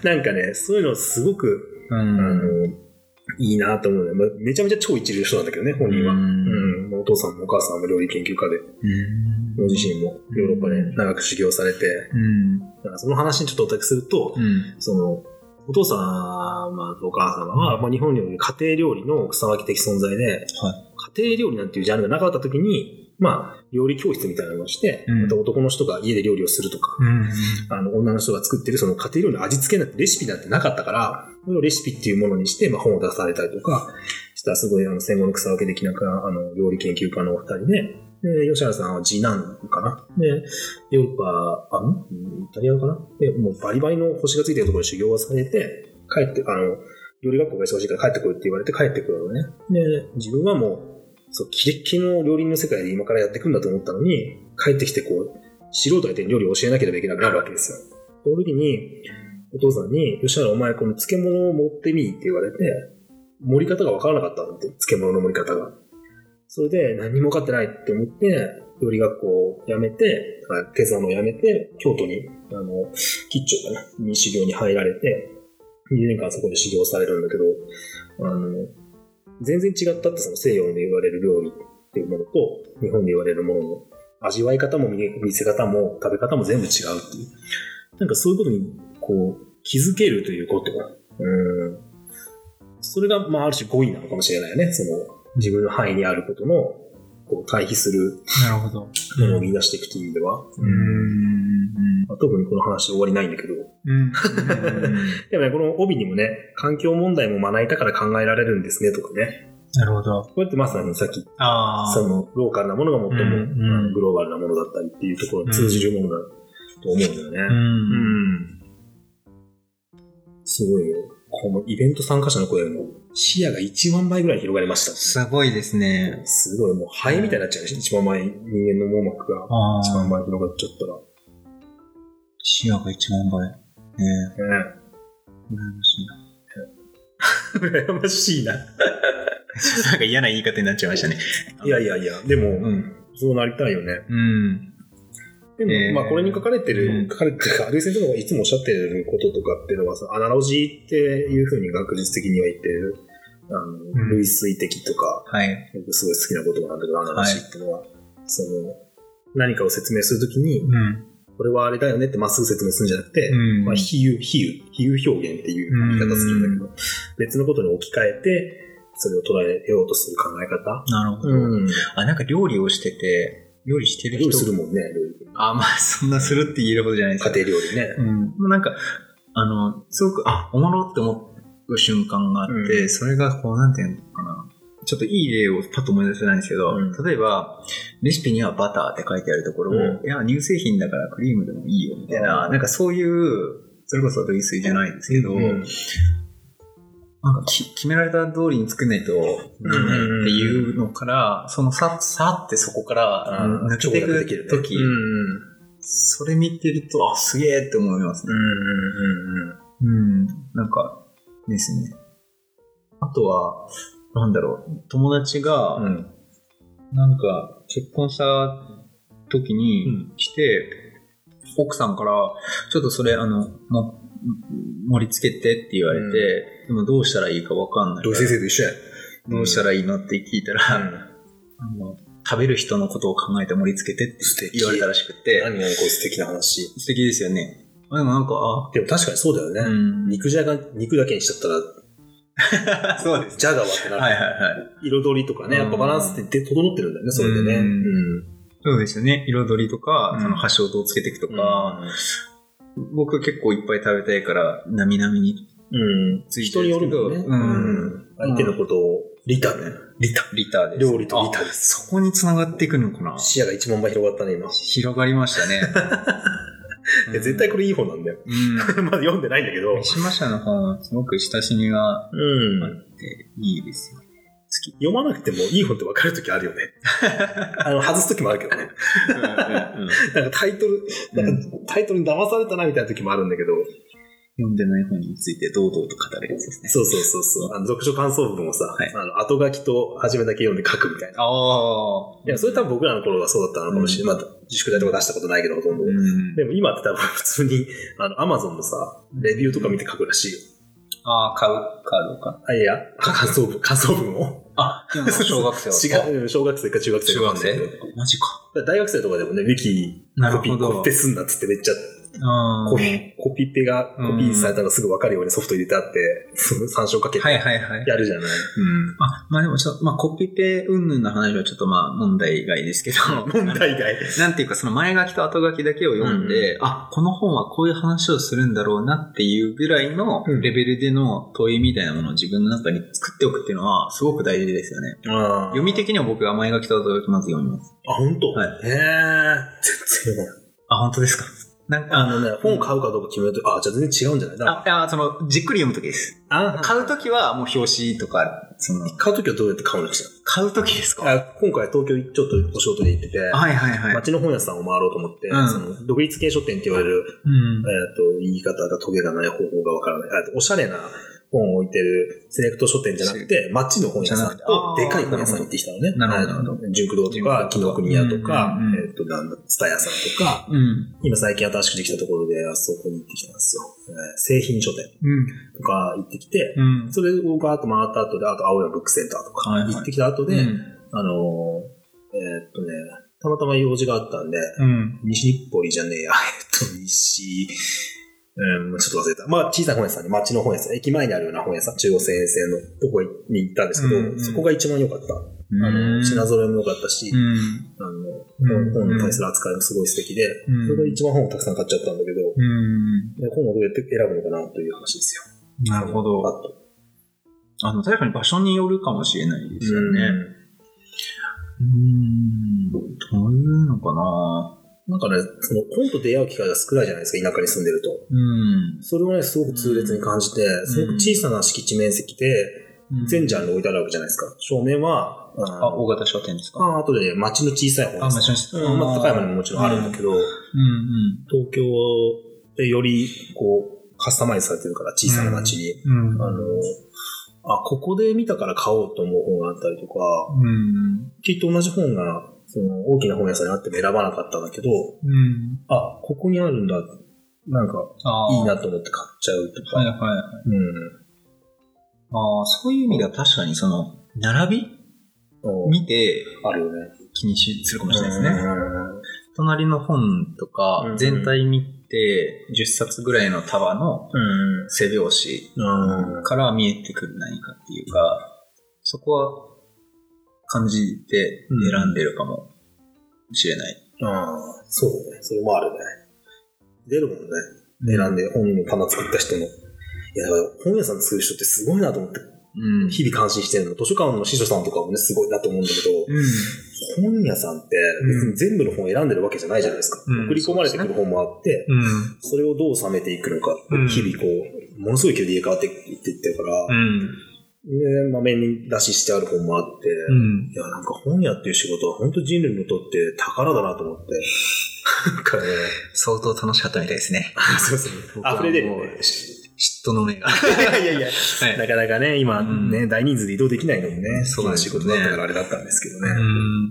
なんかね、そういうのすごく、うん、あの、いいなと思うね。めちゃめちゃ超一流の人なんだけどね、本人は。うんうん、お父さんもお母さんも料理研究家で。ご自身もヨーロッパで長く修行されて、うん、だからその話にちょっとお答えすると、うん、そのお父様とお母様は、まあ、日本における家庭料理の草分け的存在で、はい、家庭料理なんていうジャンルがなかった時に、まあ、料理教室みたいなのをして、うん、また男の人が家で料理をするとか、うん、あの女の人が作ってるその家庭料理の味付けなんてレシピなんてなかったから、それをレシピっていうものにして、まあ、本を出されたりとかした、すごいあの戦後の草分け的なあの料理研究家のお二人で、で、吉原さんは次男かな。で、ヨーロッパ、あのイタリアかな。で、もうバリバリの星がついてるところで修行をされて、帰って、あの、料理学校が忙しいから帰ってこいって言われて帰ってくるのね。で、自分はもう、そう、キレッキレの料理の世界で今からやっていくんだと思ったのに、帰ってきてこう、素人相手に料理を教えなければいけなくなるわけですよ。その時に、お父さんに、吉原お前この漬物を持ってみって言われて、盛り方がわからなかったんだって、漬物の盛り方が。それで何も分かってないって思って、料理学校を辞めて、手皿を辞めて、京都に、あの、吉兆かな、に修行に入られて、にねんかんそこで修行されるんだけど、あの、全然違ったってその西洋で言われる料理っていうものと、日本で言われるものの味わい方も見せ方も食べ方も全部違うっていう。なんかそういうことに、こう、気づけるということ。うん。それが、まあ、ある種語彙なのかもしれないよね。その、自分の範囲にあることのこう対比するものを見出していくという意味では、うんうんまあ、特にこの話終わりないんだけど、うんでもね、この帯にもね、環境問題もまな板から考えられるんですねとかね。なるほど。こうやってまさにさっきあそのローカルなものが最も、うんうん、グローバルなものだったりっていうところに通じるものだと思うんだよね。うんうん、すごいよ。このイベント参加者の声も視野がいちまんばいぐらい広がりました。 すごいですね。 すごい、もうハエみたいになっちゃうし、いちまんばい、人間の網膜がいちまんばい広がっちゃったら。 視野がいちまんばい。ねえ。ねえ。 羨ましいな。羨ましいな。 なんか嫌な言い方になっちゃいましたね。 いやいやいや、でも、うん、そうなりたいよね。うん。でも、えー、まあこれに書かれてる、うん、書かれてるか、土井先生がいつもおっしゃってることとかっていうのは、アナロジーっていうふうに学術的には言ってる、あの、うん、類推的とか、はい、すごい好きな言葉なんだけど、アナロジーっていうのは、はい、その、何かを説明するときに、うん、これはあれだよねってまっすぐ説明するんじゃなくて、うんまあ、比喩、比喩、比喩表現っていう言い方するんだけど、うん、別のことに置き換えて、それを捉えようとする考え方。 なるほど。うん、あ、なんか料理をしてて、 料理してる人。 料理するもんね、料理。 あ、まあ、そんなするって言えるほどじゃないですか。 家庭料理ね。 うん。もうなんか、あの、すごく、あ、おもろって思う瞬間があって、うん、それがこう、なんていうのかな。ちょっといい例をパッと思い出せないんですけど、うん、例えば、レシピにはバターって書いてあるところを、うん、いや、乳製品だからクリームでもいいよ、みたいな、うん、なんかそういう、それこそ類推じゃないんですけど、うん、なんか決められた通りに作んないと、なんないっていうのから、そのさ、さってそこから抜けていくとき、それ見てると、あ、すげえって思いますね。うん、なんか、ですね。あとは、なんだろう、友達が、うん、なんか、結婚した時に来て、うん、奥さんから、ちょっとそれ、あの、も盛り付けてって言われて、うん、でもどうしたらいいか分かんない。 同先生と一緒や。 どうしたらいいのって聞いたら、うん、あの食べる人のことを考えて盛り付けてって言われたらしくて。 何がこう素敵な話。 素敵ですよね。でもなんか、あ、 でも確かにそうだよね。うん、肉じゃが、肉だけにしちゃったら、 そうです。 ジャガはってなる。はいはいはい。彩りとかね、やっぱバランスって整ってるんだよね、それでね。うん、 そうですよね。彩りとか、うん、その発祥糖をつけていくとか、うん、僕結構いっぱい食べたいから、なみなみについてるんですけど、 人によるもんね。うん、相手のことを、リタね。 リタ。リタです。 料理とリタです。 そこに繋がっていくのかな。 視野が一万倍広がったね、今。 広がりましたね。 いや絶対これいい本なんだよ。うん、まだ読んでないんだけど。 三島社の本はすごく親しみがあっていいですよね。 好き。読まなくてもいい本って分かるときあるよね。あの、外すときもあるけどね。うんうんうん、なんかタイトル、なんかタイトルに騙されたなみたいなときもあるんだけど。 読んでない本について堂々と語れるやつですね。 そうそうそうそう。あの、読書感想文をさ、はい、あの、後書きと初めだけ読んで書くみたいな。ああ。いや、それ多分僕らの頃はそうだったのかもしれない。うん、まあ、自粛代とか出したことないけど、ほとんど。うん、でも今って多分普通に、あの、アマゾンのさ、レビューとか見て書くらしいよ。 ああ、買う、カードか。 あ、いや、感想文、感想文を。 あ、小学生は違う、小学生か中学生か。 中学生マジか。 大学生とかでもね、ウィキコピー、コピペすんなっつってめっちゃ、コピコピペがコピーされたらすぐ分かるようにソフト入れてあって、参照かけてやるじゃない。 あ、まあでもちょっと、まあコピペ云々の話はちょっとまあ問題外ですけど、 問題外。 なんていうかその前書きと後書きだけを読んで、うん、あ、この本はこういう話をするんだろうなっていうぐらいのレベルでの問いみたいなものを自分の中に作っておくっていうのはすごく大事ですよね。読み的には僕は前書きと後書きまず読みます。 あ、本当？ はい。 へー。全然読まない。 あ、本当ですか？ なんかあのね、本を買うかどうか決めるとき、あ、じゃあ全然違うんじゃないあ、いや、その、じっくり読むときです。あ買うときはもう表紙とか、 その、買うときはどうやって買うんですか？ 買うときですか？ あ、今回東京ちょっとお仕事で行ってて、 はいはいはい。 街の本屋さんを回ろうと思って、うん、その、独立系書店って言われる、うん、えっと、言い方がトゲがない方法がわからない。あと、おしゃれな、本を置いてるセレクト書店じゃなくて、街の本屋さんとでかい本屋さんに行ってきたのね。なるほど。純駆堂とか、紀ノ国屋とか、えっと、なんだ、蔦屋さんとか、今最近新しくできたところで、あそこに行ってきたんですよ。製品書店とか行ってきて、それをガーッと回った後で、あと青山ブックセンターとか行ってきた後で、あの、えっとね、たまたま用事があったんで、西日暮里じゃねえや、えっと、西、うん、ちょっと忘れた。まあ、小さい本屋さんに、街の本屋さん、駅前にあるような本屋さん、中央線沿線のとこに行ったんですけど、うんうん、そこが一番良かった。あの、品揃えも良かったし、うん、あの、本に対する扱いもすごい素敵で、うん、それが一番本をたくさん買っちゃったんだけど、うん、で本をどうやって選ぶのかなという話ですよ。なるほど。あの、確かに場所によるかもしれないですよね。うん、どういうのかな。 なんかね、その本と出会う機会が少ないじゃないですか、田舎に住んでると。うん、それをね、すごく痛烈に感じて、うん、すごく小さな敷地面積で、全ジャンル置いてあるわけじゃないですか。正面は、 あ、大型商店ですか？ あ、あとで町の小さい本です。あ、町の小さい本。まあ、高山にももちろんあるんだけど、うんうん、東京でより、こう、カスタマイズされてるから、小さな町に。うんうん、あの、あ、ここで見たから買おうと思う本があったりとか、うん、きっと同じ本が、その大きな本屋さんにあっても選ばなかったんだけど、うん、あ、ここにあるんだ、なんかいいなと思って買っちゃうとか。はいはいはい。うん、 あ、そういう意味では確かにその、並び見て、 あるよね。 気にするかもしれないですね。隣の本とか全体見て、じゅっさつぐらいの束の背表紙から見えてくる何かっていうか、そこは、感じて選んでるかもしれない。 ああ、そうだね。それもあるね。出るもんね。選んで本の棚作った人の。いや、だから本屋さん作る人ってすごいなと思って。うん、日々感心してるの。図書館の司書さんとかもね、すごいなと思うんだけど、うん、本屋さんって別に全部の本を選んでるわけじゃないじゃないですか。うん、送り込まれてくる本もあって、うん、それをどう収めていくのか、うん、日々こう、ものすごい勢いで入れ替わっていっていってるから、うんで、まあ、面に出ししてある本もあって、うん、いや、なんか本屋っていう仕事は本当人類にとって宝だなと思って。 相当楽しかったみたいですね。 そうそう。溢れ出る、ね。 嫉妬の目が。 いやいや、はい、なかなかね、今ね、うん、大人数で移動できないのもね、そうな仕事だったからあれだったんですけどね。うん、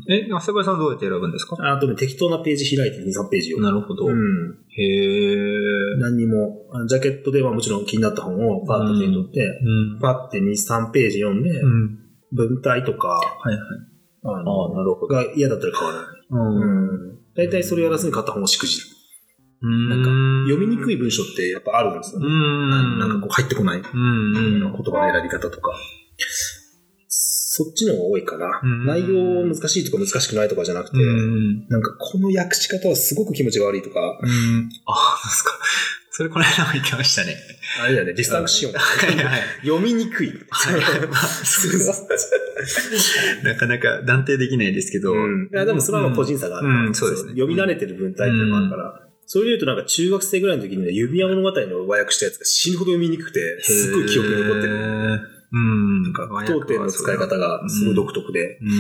え、朝倉さんどうやって選ぶんですか？ あとね、適当なページ開いてに、さんページを。 なるほど。うん、 へー。何にも、ジャケットではもちろん気になった本をパッと手に取って、うん、パッてに、さんページ読んで、うん、文体とか、はいはい。あの、あ、なるほど。が嫌だったら買わない。うん。大体それやらずに買った本をしくじる。なんか読みにくい文章ってやっぱあるんですよね。うんなんかこう入ってこない言葉の選び方とか。そっちの方が多いかな。内容難しいとか難しくないとかじゃなくて、なんかこの訳し方はすごく気持ちが悪いとか。うんああ、そうですか。それこの間も言ってましたね。 あれだよね、ディスタンクシオン。読みにくい。 なかなか断定できないですけど。 うん、いやでもそれは個人差があるから、うんうん、そうですね。読み慣れてる文体っていうのがあるから。うんそれで言うとなんか中学生ぐらいの時にね、指輪物語の和訳したやつが死ぬほど読みにくくて、すごい記憶に残ってる。うん。なんか、句読点の使い方がすごい独特で、うん。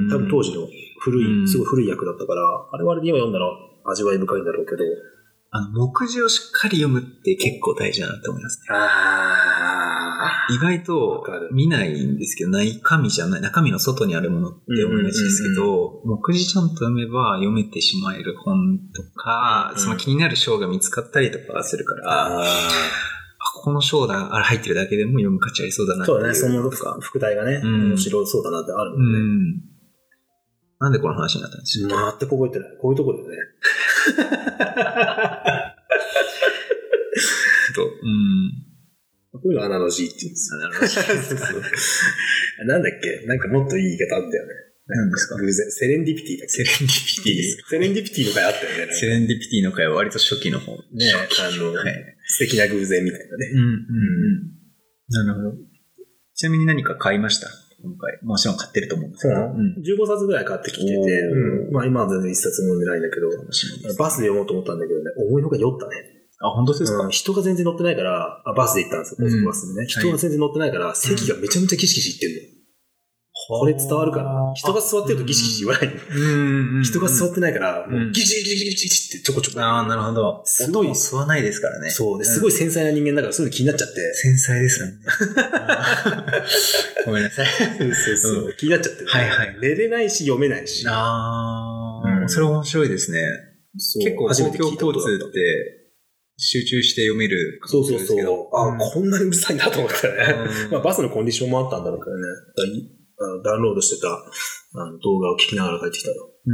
多分当時の古い、すごい古い訳だったから、あれはあれで今読んだら味わい深いんだろうけど、 あの、目次をしっかり読むって結構大事だなって思いますね。あ意外と見ないんですけど、中身じゃない、中身の外にあるものって思いがちですけど、目次ちゃんと読めば読めてしまえる本とか、うん、その気になる章が見つかったりとかするから、あここの章だ、あれ入ってるだけでも読む価値ありそうだなっていう。 そうだね、その副題がね、うん、面白そうだなってあるもんね。うんなんでこの話になったんですか？全く覚えてない。こういうところだよね。 と、うん。 こういうのアナロジーって言うんですよ。アナロジーですか。なんだっけなんかもっといい言い方あったよね。 何ですか偶然。セレンディピティだっけセレンディピティ。 セレンディピティの回あったよね。 セレンディピティの回は割と初期の方。ねあの、はい、素敵な偶然みたいなね。 うん、うん、うん。なるほど。ちなみに何か買いました今回。もちろん買ってると思うんですけど。うん、 じゅうごさつぐらい買ってきてて、うん、まあ今は全然いっさつも読んでないんだけど、バスで読もうと思ったんだけどね、思いのほか酔ったね。 あ、本当ですか、 うん、人が全然乗ってないから、あバスで行ったんですよ、高速バスでね、うん。人が全然乗ってないから、席がめちゃめちゃギシギシ言ってんの。これ伝わるかな人が座ってるとギシギシ言わないの。うん、人が座ってないから、もうギシギシギシギシってちょこちょこ。 ああ、なるほど。すごい。吸わないですからね。 そう。すごい繊細な人間だから、そういうの気になっちゃって。 繊細ですよね。ごめんなさい。 そうそう。気になっちゃって。 はいはい。 寝れないし、読めないし。 ああ、それ面白いですね。結構、公共交通って、集中して読めるそうそうそう。あ、うん、こんなにうるさいなと思ったね。まあバスのコンディションもあったんだろうけどね。ダウンロードしてたあの動画を聞きながら帰ってきたの。うん。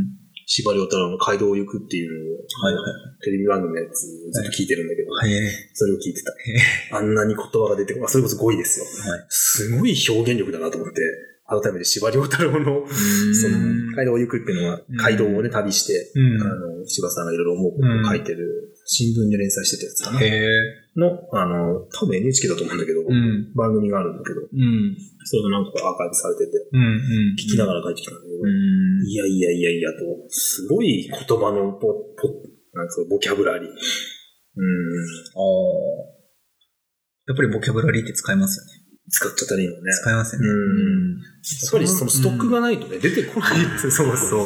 司馬遼太郎の街道を行くっていう、はいはい、テレビ番組のやつずっと聞いてるんだけど、はい、それを聞いてた。あんなに言葉が出てくる。それこそごいですよ。はい、すごい表現力だなと思って、改めて司馬遼太郎の、その、街道を行くっていうのは、街道をね、旅して、あの、司馬さんがいろいろ思うことを書いてる、新聞で連載してたやつかな。の、あの、多分 エヌエイチケー だと思うんだけど、うん、番組があるんだけど、うん、それがなんかアーカイブされてて、うんうん、聞きながら帰ってきたんだけど、うん、いやいやいやいやと、すごい言葉のポポなんかボキャブラリー。うん、あやっぱりボキャブラリーって使いますよね。 使っちゃったらいいのね。 使いますよね。うん、 やっぱりそのストックがないとね、出てこないですよ。そうそう。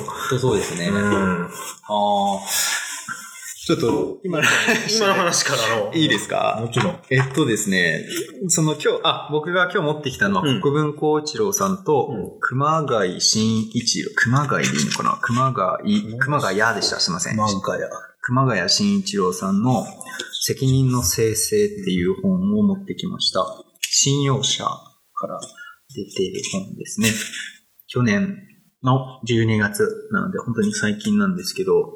そうですね。うん、ああ。ちょっと、 今の話、今の話からの。 いいですか？ もちろん。 えっとですね、その今日、あ、僕が今日持ってきたのは、国分光一郎さんと、熊谷慎一郎、熊谷でいいのかな熊谷、熊谷でした。すいません。 熊谷。 熊谷慎一郎さんの、責任の生成っていう本を持ってきました。信用社から出ている本ですね。去年のじゅうにがつなので、本当に最近なんですけど、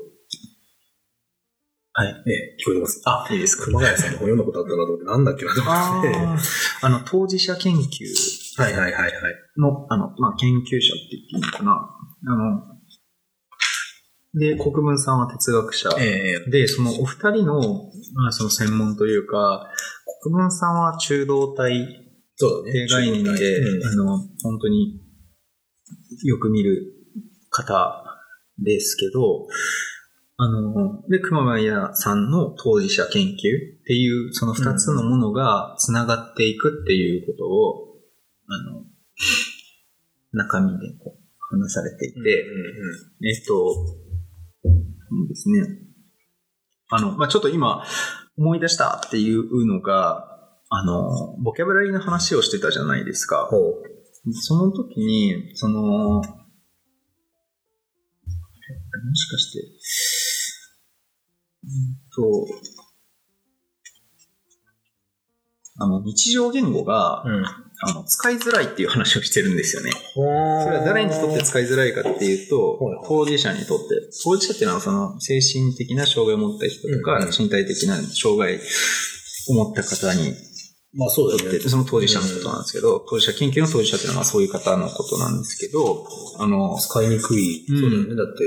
はい。ええ、聞こえてます。 あ、いいですか。 熊谷さんの本読んだことあったなと思って、なんだっけなと思って。 あの、当事者研究。 はいはいはいはい。 の、あの、まあ、研究者って言っていいのかな。あの、 で、国分さんは哲学者。 えー、 で、そのお二人の、まあ、その専門というか、国分さんは中道体って概念で、うん、あの、本当によく見る方ですけど、あの、で、熊谷さんの当事者研究っていう、その二つのものが繋がっていくっていうことを、あの、中身でこう話されていて、うんうんうん、えっと、そうですね。あの、まあ、ちょっと今思い出したっていうのが、あの、ボキャブラリーの話をしてたじゃないですか。その時に、その、もしかして、うんと、あの、日常言語が、うん、あの、使いづらいっていう話をしてるんですよね。それは誰にとって使いづらいかっていうと、当事者にとって、当事者っていうのはその精神的な障害を持った人とか、うん、身体的な障害を持った方に、 まあそうだよね。 その当事者のことなんですけど、うん、当事者研究の当事者っていうのはまあそういう方のことなんですけど、あの、 使いにくい。うん、そうだよね。だって、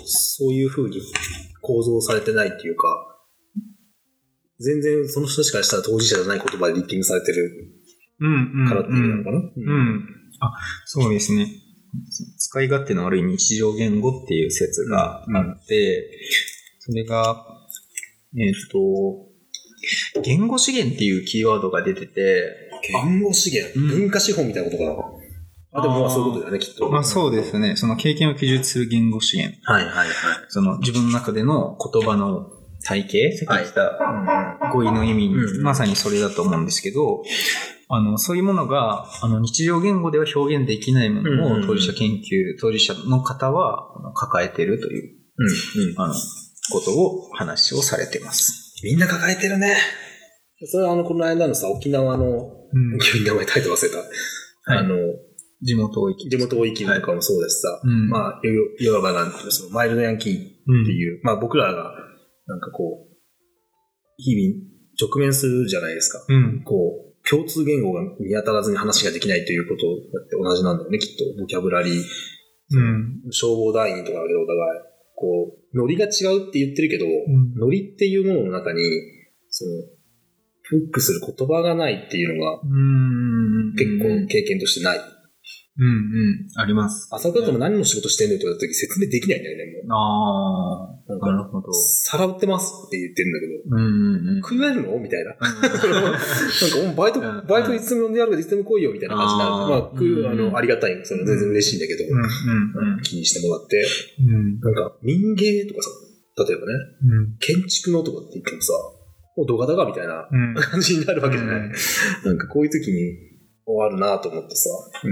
そういう風に構造されてないっていうか、全然その人しかしたら当事者じゃない言葉でリッピングされてるからっていうのかな、うんうんうんうん、あ、そうですね。使い勝手の悪い日常言語っていう説があって、うん、それが、えっと、言語資源っていうキーワードが出てて、 言語資源、うん、文化資本みたいなことかな。あ、でもまあそういうことだよね、きっと。 まあそうですね。その経験を記述する言語資源。 はいはいはい。 その自分の中での言葉の体系、さっき言った語彙の意味、はい、まさにそれだと思うんですけど、あの、そういうものが、あの、日常言語では表現できないものを当事者研究、当事者の方は抱えているという、うんうん、あの、ことを話をされています。 みんな抱えてるね。それはあの、この間のさ、沖縄の、うん、急に名前タイトル忘れた。はい、あの、 地元大き地元大きとかもそうだしさ、はい、まあ、いわばなんていうの、そのマイルドヤンキーっていう、うん、まあ僕らが、なんかこう、日々直面するじゃないですか。うん、こう、共通言語が見当たらずに話ができないということだって同じなんだよね、きっと。ボキャブラリー。うん、消防団員とかだけど、お互い。こう、ノリが違うって言ってるけど、うん、ノリっていうものの中に、その、フックする言葉がないっていうのが、結構経験としてない。 うんうん。あります。 朝倉とも何の仕事してんのって言った時説明できないんだよね、もう。 ああ。なるほど。 皿売ってますって言ってるんだけど、うんうんうん、食えるのみたいな。なんか、もうバイト、バイトいつでもやるからいつでも来いよみたいな感じになる。あまあ、食う、あの、ありがたい。その全然嬉しいんだけど、うんうんうん、気にしてもらって、うん、なんか、民芸とかさ、例えばね、うん、建築のとかって言ってもさ、もうドガダガみたいな感じになるわけじゃない。うん、なんかこういう時に終わるなと思ってさ、うん。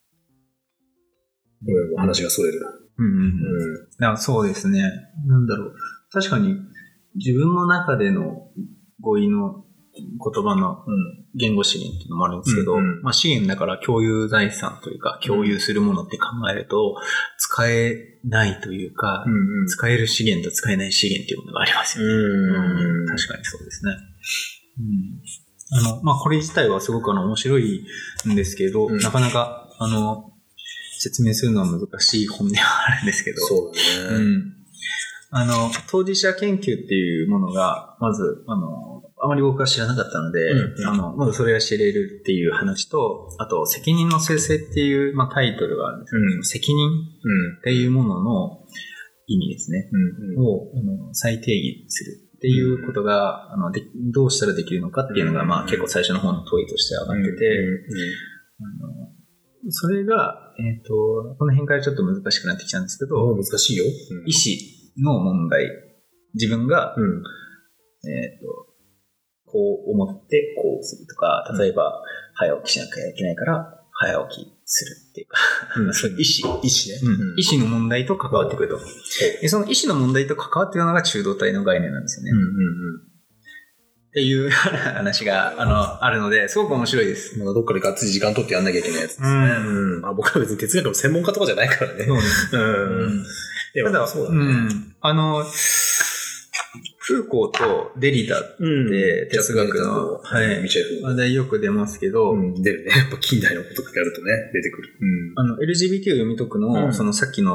うん、話がそれる。 うんうんうん、そうですね。なんだろう。確かに自分の中での語彙の言葉の言語資源っていうのもあるんですけど、うんうん、まあ資源だから共有財産というか共有するものって考えると、使えないというか、うんうん、使える資源と使えない資源っていうものがありますよね。うんうん、確かにそうですね。うん、あの、まあこれ自体はすごくあの面白いんですけど、うん、なかなかあの、説明するのは難しい本ではあるんですけど。 そうだね。うん。 あの、当事者研究っていうものが、まず、あの、あまり僕は知らなかったので、うんうん、あの、まずそれが知れるっていう話と、あと、責任の生成っていう、まあ、タイトルがあるんですけど、うん、責任っていうものの意味ですね。うんうん、をあの再定義するっていうことが、あので、どうしたらできるのかっていうのが、まあ、結構最初の本の問いとして上がってて、うんうんうん、あのそれが、えっと、この辺からちょっと難しくなってきたんですけど、 難しいよ。うん、 意思の問題。自分が、うん、えっと、こう思ってこうするとか、例えば、早起きしなきゃいけないから、早起きするっていうか、うん、そういう意思。 意思ね、 うん。意思の問題と関わってくると。でその意思の問題と関わっているのが中道体の概念なんですよね。うんうんうんっていう話が、あの、あるので、すごく面白いです。 まだどっかでがっつり時間取ってやんなきゃいけないやつですね。うん。まあ、僕は別に哲学の専門家とかじゃないからね。そうです。うん。 でも、ただ、そうだね。うん。あの、フーコーとデリダって哲学の、うん、はい。ミシェル。話題よく出ますけど、 うん、出るね。やっぱ近代のことかやるとね、出てくる。 うん。あの、エルジービーティー を読み解くの、うん、そのさっきの、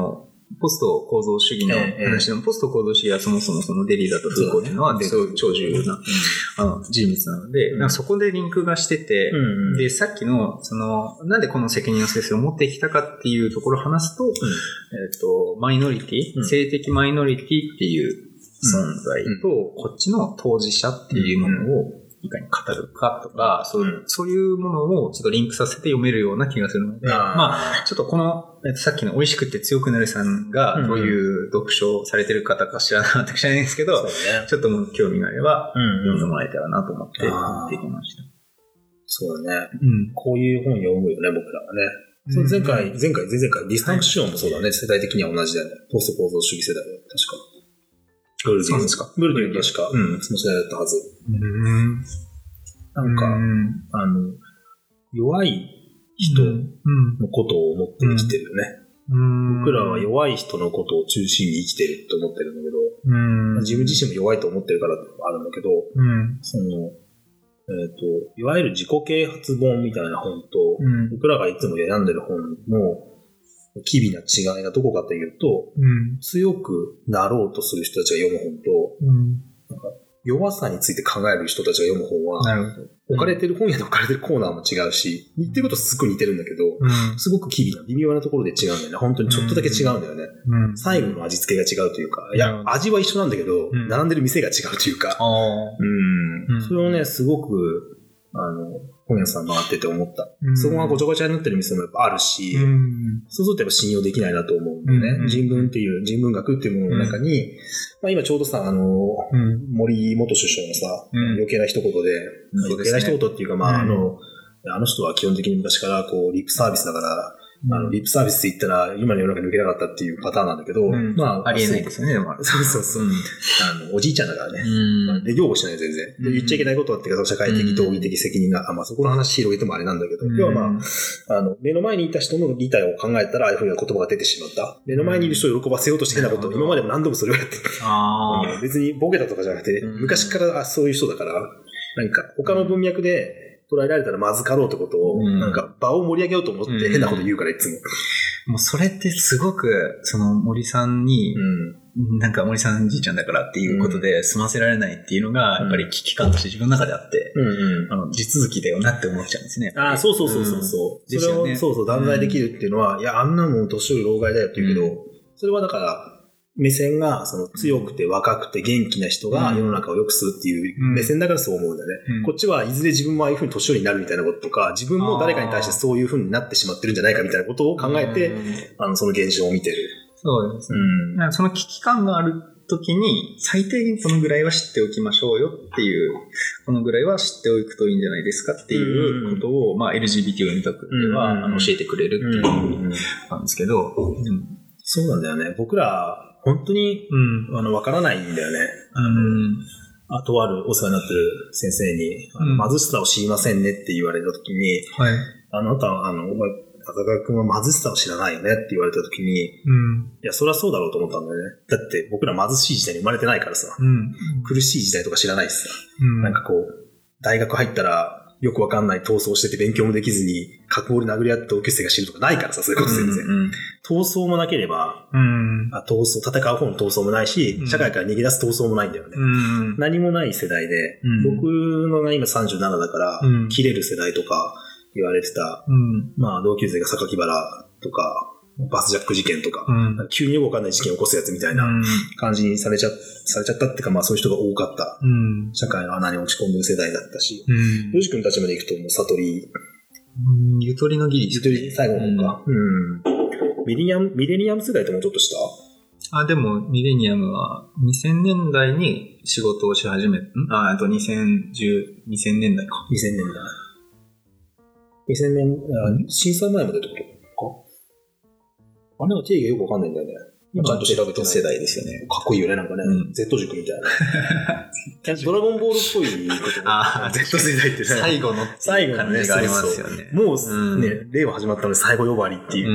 ポスト構造主義の話の、ええ、ポスト構造主義はそもそもそのデリーダとフーコーというのは超重要な、あの人物なので、うん、なんかそこでリンクがしてて、うんうん、で、さっきの、その、なんでこの責任の性質を持ってきたかっていうところを話すと、うん、えっと、マイノリティ、うん、性的マイノリティっていう存在と、うん、こっちの当事者っていうものを、いかに語るかとか、そういう、うん、そういうものをちょっとリンクさせて読めるような気がするので、あまあ、ちょっとこの、えっと、さっきの美味しくて強くなるさんがどういう読書をされてる方か知らなかったか知らないんですけど、ね、ちょっともう興味があれば、読んでもらえたらなと思って持ってきました。 そうだね、うん。こういう本読むよね、僕らはね。その前回、前回、前々回、ディスタンクションもそうだね、はい、世代的には同じだよね。ポスト構造主義世代だよ、確か。ブルディンですか。ブルディン確か、うん、その世代だったはず。うんなんか、うん、あの、弱い人のことを思って生きてるよね。うん、僕らは弱い人のことを中心に生きてるって思ってるんだけど、うん、自分自身も弱いと思ってるからってのがあるんだけど、うん、その、えっと、いわゆる自己啓発本みたいな本と、うん、僕らがいつも選んでる本の機微な違いがどこかというと、うん、強くなろうとする人たちが読む本と、うん、なんか弱さについて考える人たちが読む本は、なるほど。置かれてる本屋で置かれてるコーナーも違うし、言ってることすっごい似てるんだけど、うん、すごく機微な、微妙なところで違うんだよね。本当にちょっとだけ違うんだよね。うん、最後の味付けが違うというか、いや、味は一緒なんだけど、うん、並んでる店が違うというか、うん、それをね、すごく、あの、本屋さん回ってて思った。うん、そこがごちゃごちゃになってる店もやっぱあるし、うん、そうするとやっぱ信用できないなと思うんだよね。うん、人文っていう、人文学っていうものの中に、うんまあ、今ちょうどさ、あの、うん、森元首相のさ、うん、余計な一言で、うん、余計な一言っていうか、まあ、あの、あの人は基本的に昔からこう、リップサービスだから、あの、リップサービスって言ったら、今の世の中に抜けなかったっていうパターンなんだけど、うん、まあ、 ありえないですよね、でも。 そうそうそう。うん、あの、おじいちゃんだからね。うん、で、擁護しない全然。で、言っちゃいけないことっていうか、社会的、道義的責任が、あまあ、そこの話広げてもあれなんだけど、うん、要はまあ、あの、目の前にいた人の利他を考えたら、ああいうふうな言葉が出てしまった。目の前にいる人を喜ばせようとして変なことを、今までも何度もそれをやってる。ああ、別にボケたとかじゃなくて、昔からそういう人だから、なんか、他の文脈で、捉えられたらまずかろうってことを、うん、なんか場を盛り上げようと思って変なこと言うからいつも。 もうそれってすごく、その森さんに、うん、なんか森さんじいちゃんだからっていうことで済ませられないっていうのが、やっぱり危機感として自分の中であって、うんうん、あの地続きだよなって思っちゃうんですね。 ああ、そうそうそうそうそう、うん。それを、ね、そうそう断罪できるっていうのは、うん、いや、あんなもん年寄り老害だよって言うけど、うん、それはだから、目線がその強くて若くて元気な人が世の中を良くするっていう目線だからそう思うんだよね、うん、こっちはいずれ自分もああいう風に年寄りになるみたいなこととか、自分も誰かに対してそういう風になってしまってるんじゃないかみたいなことを考えて、あのその現象を見てる。 そうですね、うん、その危機感がある時に最低限このぐらいは知っておきましょうよっていう、このぐらいは知っておくといいんじゃないですかっていうことを、まあ、エルジービーティー を読み解くでは、うん、あの教えてくれるっていうなんですけど、うん、 そうなんだよね。僕ら本当に、うん、あの、わからないんだよね。あの、うん、あとあるお世話になってる先生に、あの、うん、貧しさを知りませんねって言われたときに、はい、あなたは、あの、お前、浅川くんは貧しさを知らないよねって言われたときに、うん、いや、そりゃそうだろうと思ったんだよね。だって僕ら貧しい時代に生まれてないからさ、うん、苦しい時代とか知らないしさ、うん、なんかこう、大学入ったら、よくわかんない闘争してて勉強もできずに、角棒で殴り合って同級生が死ぬとかないからさ、そういうこと全然。うんうん、闘争もなければ、うん、あ闘争、戦う方の闘争もないし、うん、社会から逃げ出す闘争もないんだよね。うん、何もない世代で、うん、僕のが今さんじゅうななだから、うん、切れる世代とか言われてた、うん、まあ同級生が榊原とか、バスジャック事件とか、うん、急によくわかんない事件を起こすやつみたいな感じにされちゃ、されちゃったっていうか、まあそういう人が多かった。うん、社会の穴に落ち込んでる世代だったし、ヨジ君の立場でいくと、もう悟り、 うん、ゆとりのギリ、 ゆとり最後の方か、うんうん。ミレニアム、ミレニアム世代ともちょっとした？ あ、でもミレニアムはにせんねんだいに仕事をし始め、んあ、あとにせんじゅう、にせんねんだいか。 にせんねんだい。にせんねん、あ、震災前までってことか。あれの定義がよくわかんないんだよね。 ちゃんと調べた世代ですよね。 かっこいいよね、なんかね。うん、Z 軸みたいな。ドラゴンボールっぽいこと。 ああ、Z 世代って最後の最後の感じがありますよね。もうね、うん、令和始まったので最後呼ばわりっていう。うん、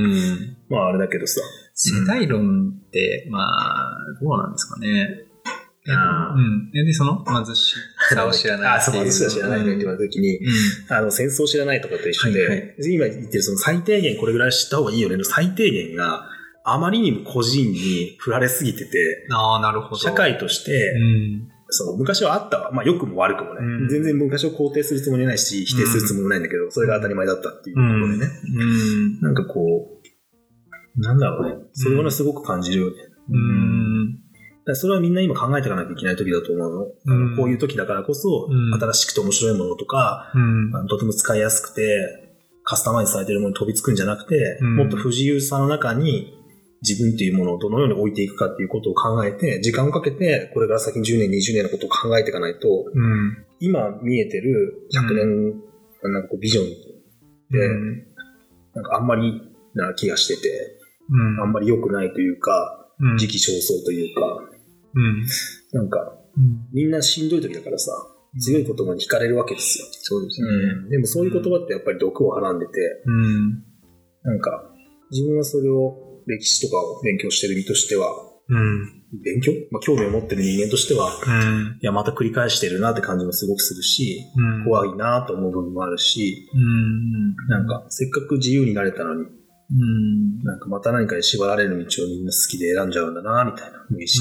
まああれだけどさ。 世代論って、まあ、どうなんですかね。あうん。で、その貧しさを知らない。 あ、そう、貧しさを知らないと言われたときに、うん、あの、戦争を知らないとかと一緒で、はいはい、今言ってるその最低限これぐらい知った方がいいよねの最低限が、 あまりにも個人に振られすぎてて、 ああ、なるほど。 社会として、うん、その昔はあったわ。まあ良くも悪くもね、うん。全然昔を肯定するつもりないし、否定するつもりもないんだけど、うん、それが当たり前だったっていうことでね。うん、なんかこう、なんだろうね。それをね、すごく感じるよね。うん、だそれはみんな今考えていかなきゃいけない時だと思うの。うん、こういう時だからこそ、うん、新しくて面白いものとか、うん、あのとても使いやすくて、カスタマイズされているものに飛びつくんじゃなくて、うん、もっと不自由さの中に自分というものをどのように置いていくかっていうことを考えて、時間をかけて、これから先じゅうねん、にじゅうねんのことを考えていかないと、うん、今見えてるひゃくねん、うん、なんかこうビジョンで、うん、なんかあんまりな気がしてて、うん、あんまり良くないというか、うん、時期尚早というか、うん、なんか、うん、みんなしんどい時だからさ、強い言葉に惹かれるわけですよ。 そうですね。 うん、でもそういう言葉ってやっぱり毒をはらんでて、うん、なんか自分はそれを歴史とかを勉強してる身としては、うん、勉強、まあ、興味を持ってる人間としては、うん、いやまた繰り返してるなって感じもすごくするし、うん、怖いなと思う部分もあるし、うん、なんかせっかく自由になれたのに、うん、なんかまた何かに縛られる道をみんな好きで選んじゃうんだなみたいな無意識。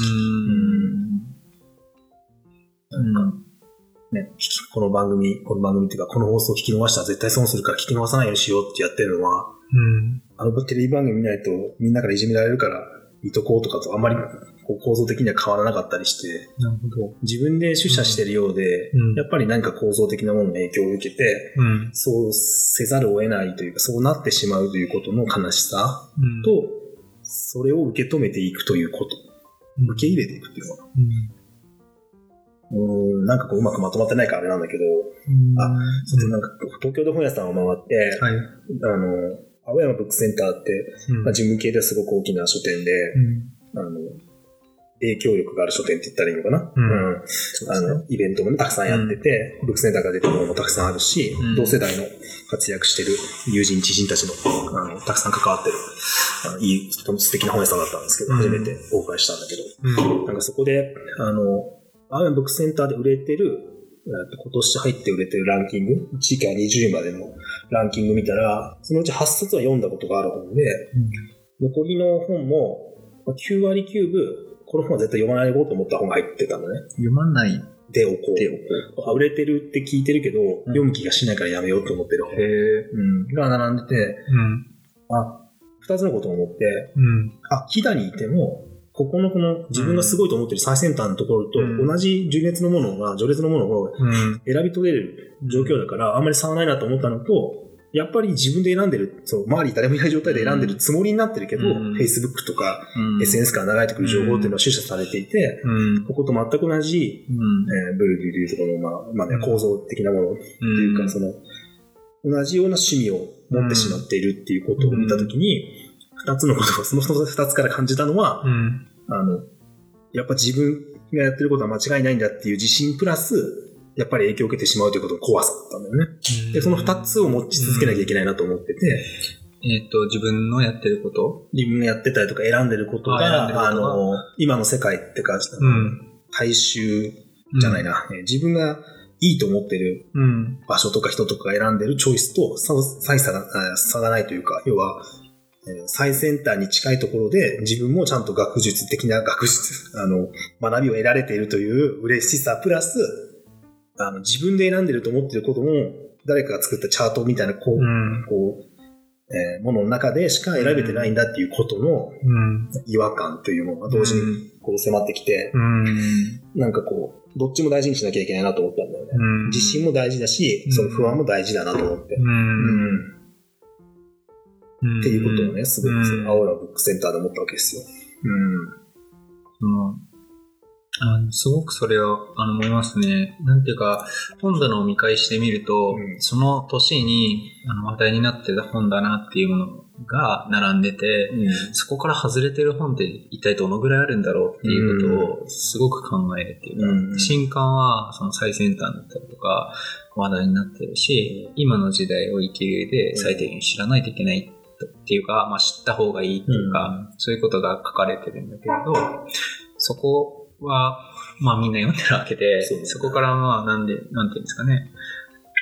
うん、なんかね、この番組、この番組っていうか、この放送を聞き逃したら絶対損するから聞き逃さないようにしようってやってるのは、うん、あのテレビ番組見ないとみんなからいじめられるから見とこうとかとあんまりこう構造的には変わらなかったりして、なるほど、自分で取捨してるようで、うん、やっぱり何か構造的なものの影響を受けて、うん、そうせざるを得ないというか、そうなってしまうということの悲しさと、うん、それを受け止めていくということ、うん、受け入れていくっていうのかな。うんうーんなんかこううまくまとまってないからあれなんだけど、あ、それなんか東京で本屋さんを回って、はい、あの青山ブックセンターって、うんまあ、事務系ではすごく大きな書店で、うん、あの影響力がある書店って言ったらいいのかな、うんうんあのイベントも、ね、たくさんやってて、うん、ブックセンターから出てるものもたくさんあるし、うん、同世代の活躍してる友人知人たちの、あのたくさん関わってるあのいいとても素敵な本屋さんだったんですけど、うん、初めてお伺いしたんだけど、うん、なんかそこであの青山ブックセンターで売れてる、今年入って売れてるランキング、いちいからにじゅういまでのランキング見たら、そのうちはっさつは読んだことがある本で、うん、残りの本もきゅうわりきゅうぶ、この本は絶対読まないでおこうと思った本が入ってたのね。 読まないでおこう。でおこう。売れてるって聞いてるけど、うん、読む気がしないからやめようと思ってる本、うん、が並んでて、うん、あ、二つのことを思って、うん、あ、飛騨にいても、ここのこの自分がすごいと思ってる最先端のところと同じ序列のものが、序列のものを選び取れる状況だからあんまり差はないなと思ったのと、やっぱり自分で選んでる、そう周り誰もいない状態で選んでるつもりになってるけど、うん、Facebook とか エスエヌエス から流れてくる情報っていうのは取捨されていて、うん、ここと全く同じ、うんえー、ブルデューとこの、まあまあね、構造的なものっていうか、その同じような趣味を持ってしまっているっていうことを見たときに、二つのことが、その二つから感じたのは、うん、あの、やっぱ自分がやってることは間違いないんだっていう自信プラス、やっぱり影響を受けてしまうということの怖さだったんだよね。うん、で、その二つを持ち続けなきゃいけないなと思ってて、 うん、えっと、自分のやってること自分がやってたりとか選んでることが、あ, あの、今の世界ってか、うん、大衆じゃないな、うん、自分がいいと思ってる場所とか人とかが選んでるチョイスと差差が、差がないというか、要は、最先端に近いところで自分もちゃんと学術的な学術、あの、学びを得られているという嬉しさプラス、あの、自分で選んでると思っていることも、誰かが作ったチャートみたいな、こう、うん、こう、えー、ものの中でしか選べてないんだっていうことの違和感というものが同時にこう迫ってきて、うん、なんかこう、どっちも大事にしなきゃいけないなと思ったんだよね。うん、自信も大事だし、その不安も大事だなと思って。うんうんっていうことをね、すごく青山ブックセンターで思ったわけですよ。 うん。うん、あのすごくそれはあの思いますね。なんていうか、本棚を見返してみると、うん、その年にあの話題になってた本だなっていうものが並んでて、うん、そこから外れてる本って一体どのぐらいあるんだろうっていうことをすごく考えるっていうか、うん、新刊はその最先端だったりとか話題になってるし、今の時代を生きる上で最低限知らないといけないっていうか、まあ、知った方がいいっていうか、うん、そういうことが書かれてるんだけれど、そこは、まあみんな読んでるわけで、そ, そこからまあなんで、なんていうんですかね、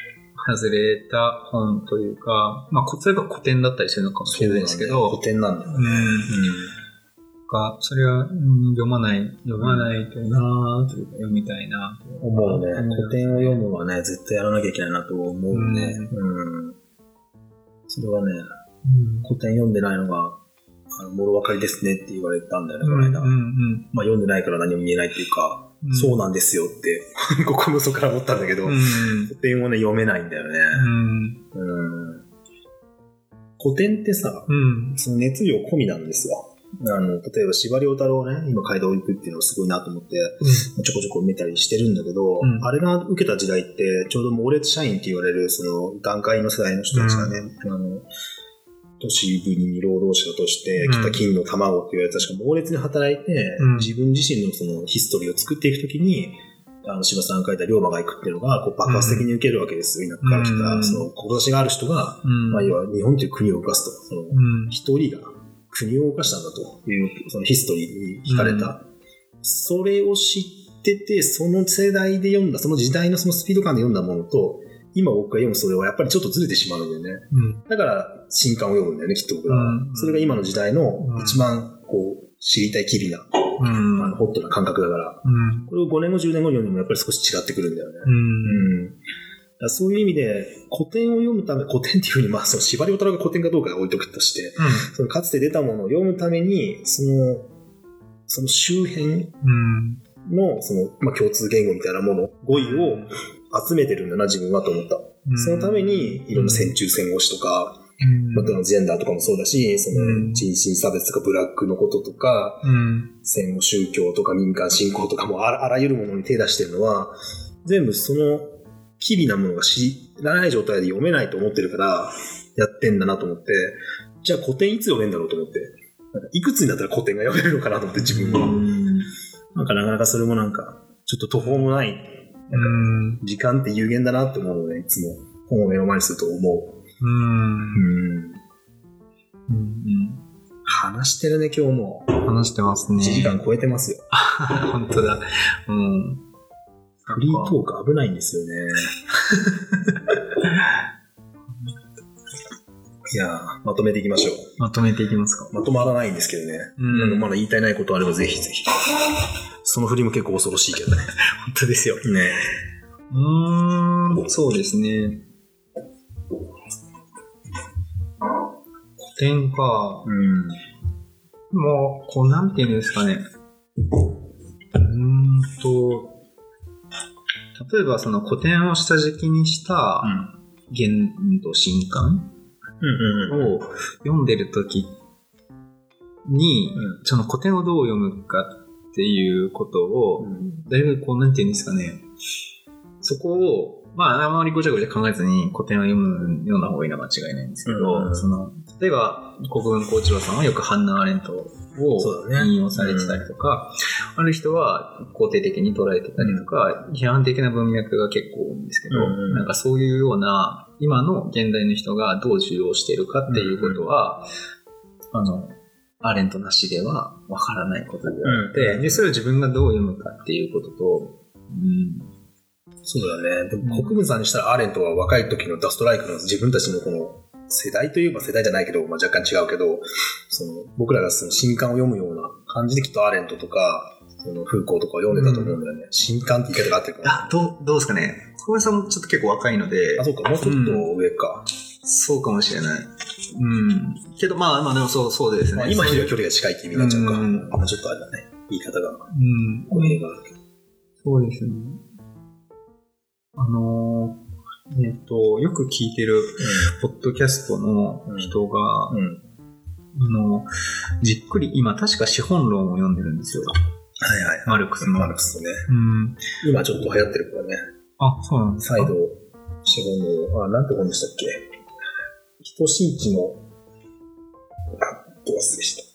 外れた本というか、まあ、それが古典だったりするのかもしれないですけど、 ね、古典なんだよね。うん。 かそれは、うん、読まない、読まないとなぁというか、読みたいなと思うね。古典を読むのはね、絶対やらなきゃいけないなと思うね。うん。うん、それはね、うん、古典読んでないのが、あの、もろわかりですねって言われたんだよね、この間。うんうんうん、まあ読んでないから何も言えないっていうか、うん、そうなんですよって、ここの底から思ったんだけど、うん、古典をね、読めないんだよね。うんうん、古典ってさ、うん、その熱量込みなんですよ。あの、例えば司馬遼太郎ね、今街道行くっていうのがすごいなと思って、うん、ちょこちょこ見たりしてるんだけど、うん、あれが受けた時代って、ちょうど猛烈社員って言われる、その、団塊の世代の人たちがね、うん、あの、都市部に労働者として来た金の卵っていうやつが猛烈に働いて、うん、自分自身のそのヒストリーを作っていくときに、あの、司馬さんが書いた龍馬が行くっていうのが、こう爆発的に受けるわけですよ。田舎から来た、その、志がある人が、まあ、要は日本という国を動かすと、その、一人が国を動かしたんだという、そのヒストリーに惹かれた。それを知ってて、その世代で読んだ、その時代のそのスピード感で読んだものと、今僕が読むそれはやっぱりちょっとずれてしまうんだよね。うん、だから、新刊を読むんだよね、きっと僕は。うん、それが今の時代の一番、こう、知りたい機微な、うん、あのホットな感覚だから、うん、これをごねんご、じゅうねんごに読んでもやっぱり少し違ってくるんだよね。うんうん、だそういう意味で、古典を読むため、古典っていうふうに、まあ、その司馬遼太郎が古典かどうかは置いとくとして、うん、そのかつて出たものを読むために、その、その周辺の、その、まあ、共通言語みたいなもの、語彙を集めてるんだな、自分はと思った。うん、そのために、いろんな戦中戦後史とか、うん、またジェンダーとかもそうだし、その人種差別とかブラックのこととか、うん、戦後宗教とか民間信仰とかも あ, あらゆるものに手出してるのは、全部その機微なものが知らない状態で読めないと思ってるからやってんだなと思って、じゃあ古典いつ読めんだろうと思って、なんかいくつになったら古典が読めるのかなと思って自分は。うん、なんかなかなかそれもなんかちょっと途方もない、なんか時間って有限だなって思うので、いつも本を目の前にすると思う。うんうんうんうん、話してるね今日も。 話してますね。 いちじかん超えてますよ。 本当だ。うん。 フリートーク危ないんですよね。いやー、まとめていきましょう。 まとめていきますか。 まとまらないんですけどね。うん、なんかまだ言いたいないことあればぜひぜひ。その振りも結構恐ろしいけどね。 本当ですよ。 ね。 うーん、そうですね。古典か。うん。もう、こう、なんていうんですかね。うーんと、例えばその古典を下敷きにした原土新刊を読んでるときに、その古典をどう読むかっていうことを、だいぶこう、なんていうんですかね。そこを、まあ、あまりごちゃごちゃ考えずに古典を読むような方がいいのは間違いないんですけど、うん、その、例えば、国分光一郎さんはよくハンナ・アーレントを引用されてたりとか、ねうん、ある人は肯定的に捉えてたりとか、うん、批判的な文脈が結構多いんですけど、うん、なんかそういうような、今の現代の人がどう受容しているかっていうことは、うん、あの、アーレントなしではわからないことであって、うん、で、それを自分がどう読むかっていうことと、うんそうだね。でも国分さんにしたらアーレントは若い時のダストライクの自分たちのこの世代といえば世代じゃないけど、まあ、若干違うけど、その僕らがその新刊を読むような感じできっとアーレントとか、そのフーコーとかを読んでたと思うんだよね。うん、新刊って言い方があってるから。 あ、どう、どうですかね。小林さんもちょっと結構若いので。 あ、そうか、もうちょっと上か。 うん、そうかもしれない。うん。けど、まあまあでもそう、そうですね。まあ、 今よりは距離が近いって意味になっちゃうか。うん、まあちょっとあれだね。言い方が。うん。語弊があるけど。 そうですね。あのー、えっと、よく聞いてる、ポッドキャストの人が、うんうん、あの、じっくり、今、確か資本論を読んでるんですよ。 はいはい、はい。 マルクスの。 マルクスね。うん。今ちょっと流行ってるからね。 あ、そうなんですか。 再度、資本論、あ、なんて本でしたっけ。人新地の、あ、どう忘れした。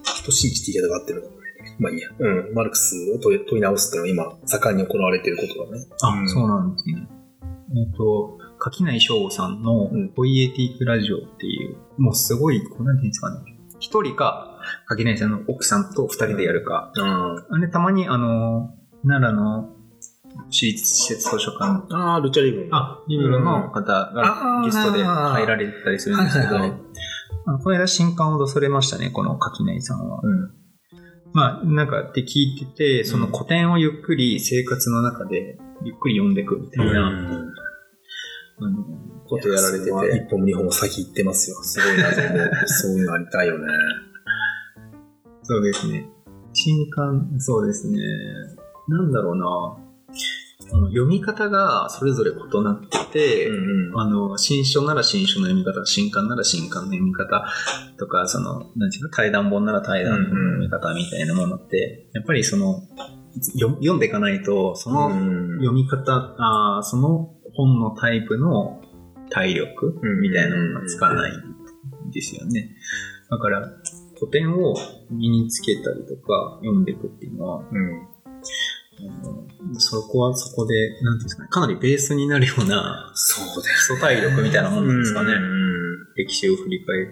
人新地って言い方があってるのか。まあいいや。うん。マルクスを問い、問い直すっていうのは今、盛んに行われていることだね。 あ、うん、そうなんですね。えっと、垣内翔吾さんのポイエティックラジオっていう、もうすごい、こうなんていうんですかね。一人か、垣内さんの奥さんと二人でやるか。うん。あれ、たまにあの、奈良の、 私立施設図書館。 ああ、ルチャリブロ。 あ、リブロの方がゲストで入られたりするんですけど、はいはいはい、あのこの間新刊を出されましたね、この垣内さんは。うん、まあ、なんかって聞いてて、その古典をゆっくり生活の中でゆっくり読んでいくみたいな、うん、あのことやられてて。 一本二本先行ってますよ。すごいなと思う。そういうのありたいよね。 そうですね。新刊、そうですね。なんだろうな。あの読み方がそれぞれ異なってて、うんうん、あの新書なら新書の読み方、新刊なら新刊の読み方とか、そのなんていうか対談本なら対談本の読み方みたいなものって、やっぱりその読んでいかないとその読み方、うん、あその本のタイプの体力みたいなものがつかないんですよね。だから古典を身につけたりとか読んでいくっていうのは、うんそこはそこで、なんていうんですかね、かなりベースになるような、 そうだよ、 基礎体力みたいなもんなんですかね。歴史を振り返って、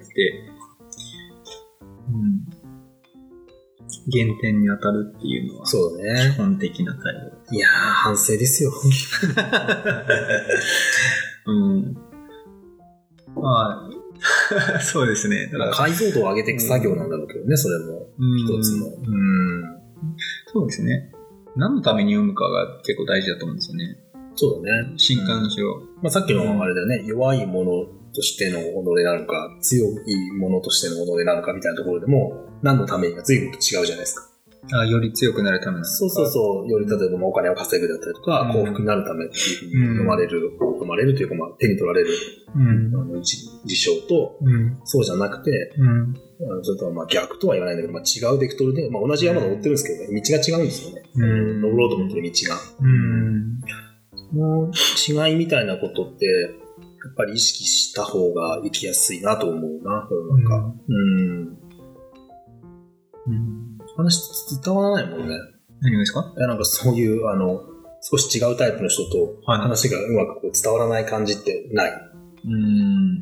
うん、原点に当たるっていうのは、 そうだね。 基本的な体力。 いやー、反省ですよ。 うん、まあ、そうですね。 だから解像度を上げていく作業なんだろうけどね、うん、それも一つの、うん。 そうですね。何のために読むかが結構大事だと思うんですよね。 そうだね。 新刊にしろ。 まあ、さっきのあれだよね、うん、弱いものとしての己なのか、強いものとしての己なのかみたいなところでも、何のためにが随分と違うじゃないですか。 あ、より強くなるためなのか。 そうそうそう。より例えばお金を稼ぐだったりとか、うん、幸福になるためっていうふうに読まれる、うん、読まれるというか、まあ、手に取られる、うん、あの事象と、うん、そうじゃなくて、うんちょっとまあ逆とは言わないんだけど、まあ、違うベクトルで、まあ、同じ山登ってるんですけどね、道が違うんですよね。うん、登ろうと思ってる道が。うん、その違いみたいなことって、やっぱり意識した方が生きやすいなと思うな、世の中。うん。うん、話伝わらないもんね。 何がですか？ いや、なんかそういう、あの、少し違うタイプの人と話がうまくこう伝わらない感じってない？ うん、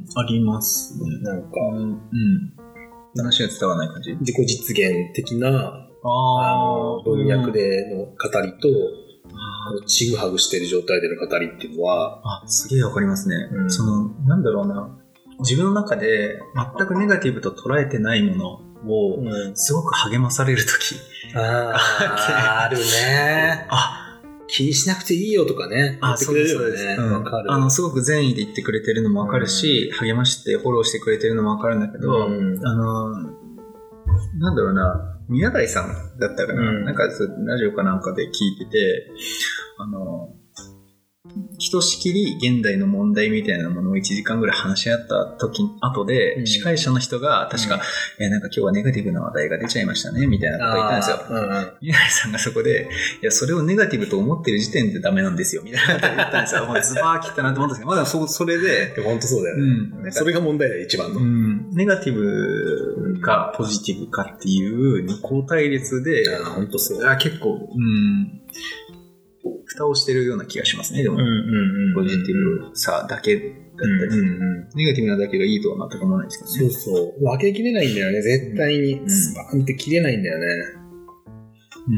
ありますね。 なんか、うん。うん話が伝わらない感じ？ 自己実現的なあの文脈での語りと、うん、ちぐはぐしている状態での語りっていうのは、 あ、すげえわかりますね。うん、そのなんだろうな、自分の中で全くネガティブと捉えてないものをすごく励まされるとき、 うん、ああるね。あ。気にしなくていいよとかね。言ってくれるよね。 うん、あの、すごく善意で言ってくれてるのもわかるし、うん、励ましてフォローしてくれてるのもわかるんだけど、うん、あの、なんだろうな、宮台さんだったかな、うん、なんかラジオかなんかで聞いてて、あの、ひとしきり現代の問題みたいなものをいちじかんぐらい話し合った時後で、うん、司会者の人が確か、うん、いやなんか今日はネガティブな話題が出ちゃいましたねみたいなことを言ったんですよ。うんうん、宮台さんがそこで、いやそれをネガティブと思ってる時点でダメなんですよみたいなことを言ったんですよ。もうズバー切ったなと思ったんですけど、まだそそれで、 本当そうだよね。うん、それが問題だよ一番の、うん。 ネガティブかポジティブかっていう二項対立で、 本当そう。 あ結構。うん蓋をしてるような気がしますね。でも、うんうんうん、ポジティブさだけだったり、うんうんうん、ネガティブなだけがいいとは全く思わないですけどね。 そうそう。分けきれないんだよね。絶対にスパーンって切れないんだよね。うん。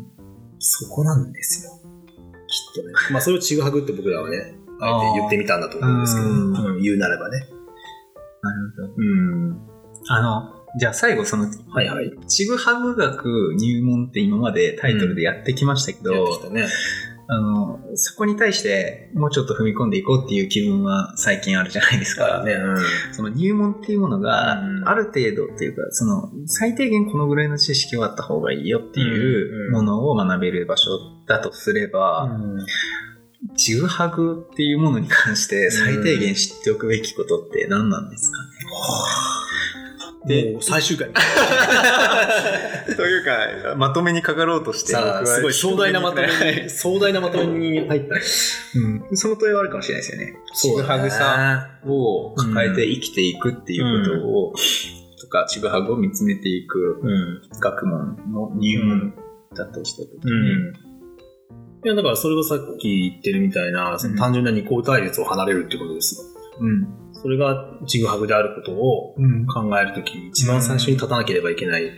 そこなんですよ。きっとね。まあそれをちぐはぐって僕らはね、あえて言ってみたんだと思うんですけど、うん、言うならばね。 なるほど。うん。あの、じゃあ最後その、 はいはい。 ちぐはぐ学入門って今までタイトルでやってきましたけど、うん、やってきたね。あの、そこに対してもうちょっと踏み込んでいこうっていう気分は最近あるじゃないですか。ねうん、その入門っていうものがある程度っていうか、その最低限このぐらいの知識はあった方がいいよっていうものを学べる場所だとすれば、うん、ちぐはぐっていうものに関して最低限知っておくべきことって何なんですかね。 うん、で、最終回というか、まとめにかかろうとして、 すごい壮大なまとめに、壮大なまとめに入った。 うん。その問いはあるかもしれないですよね。ちぐはぐさを抱えて生きていくっていうことを、うん、とか、ちぐはぐを見つめていく、うん、学問の入門だとしたときに、うん、 いや、だからそれがさっき言ってるみたいな、その単純な二項対立を離れるってことですよ。うん。それがちぐはぐであることを考えるときに一番最初に立たなければいけない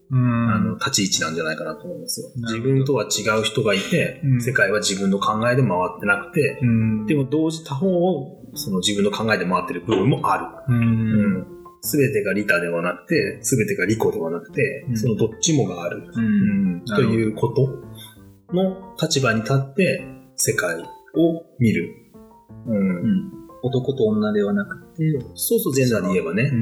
うん、あの立ち位置なんじゃないかなと思いますよ。自分とは違う人がいて、うん、世界は自分の考えで回ってなくて、うん、でも同時他方をその自分の考えで回ってる部分もある。うんうんすべてが利他ではなくて、すべてが利己ではなくて、うん、そのどっちもがある、うんうん、ということの立場に立って世界を見る。うんうん、 男と女ではなくて、 そうそう、ジェンダーで言えばね、うん、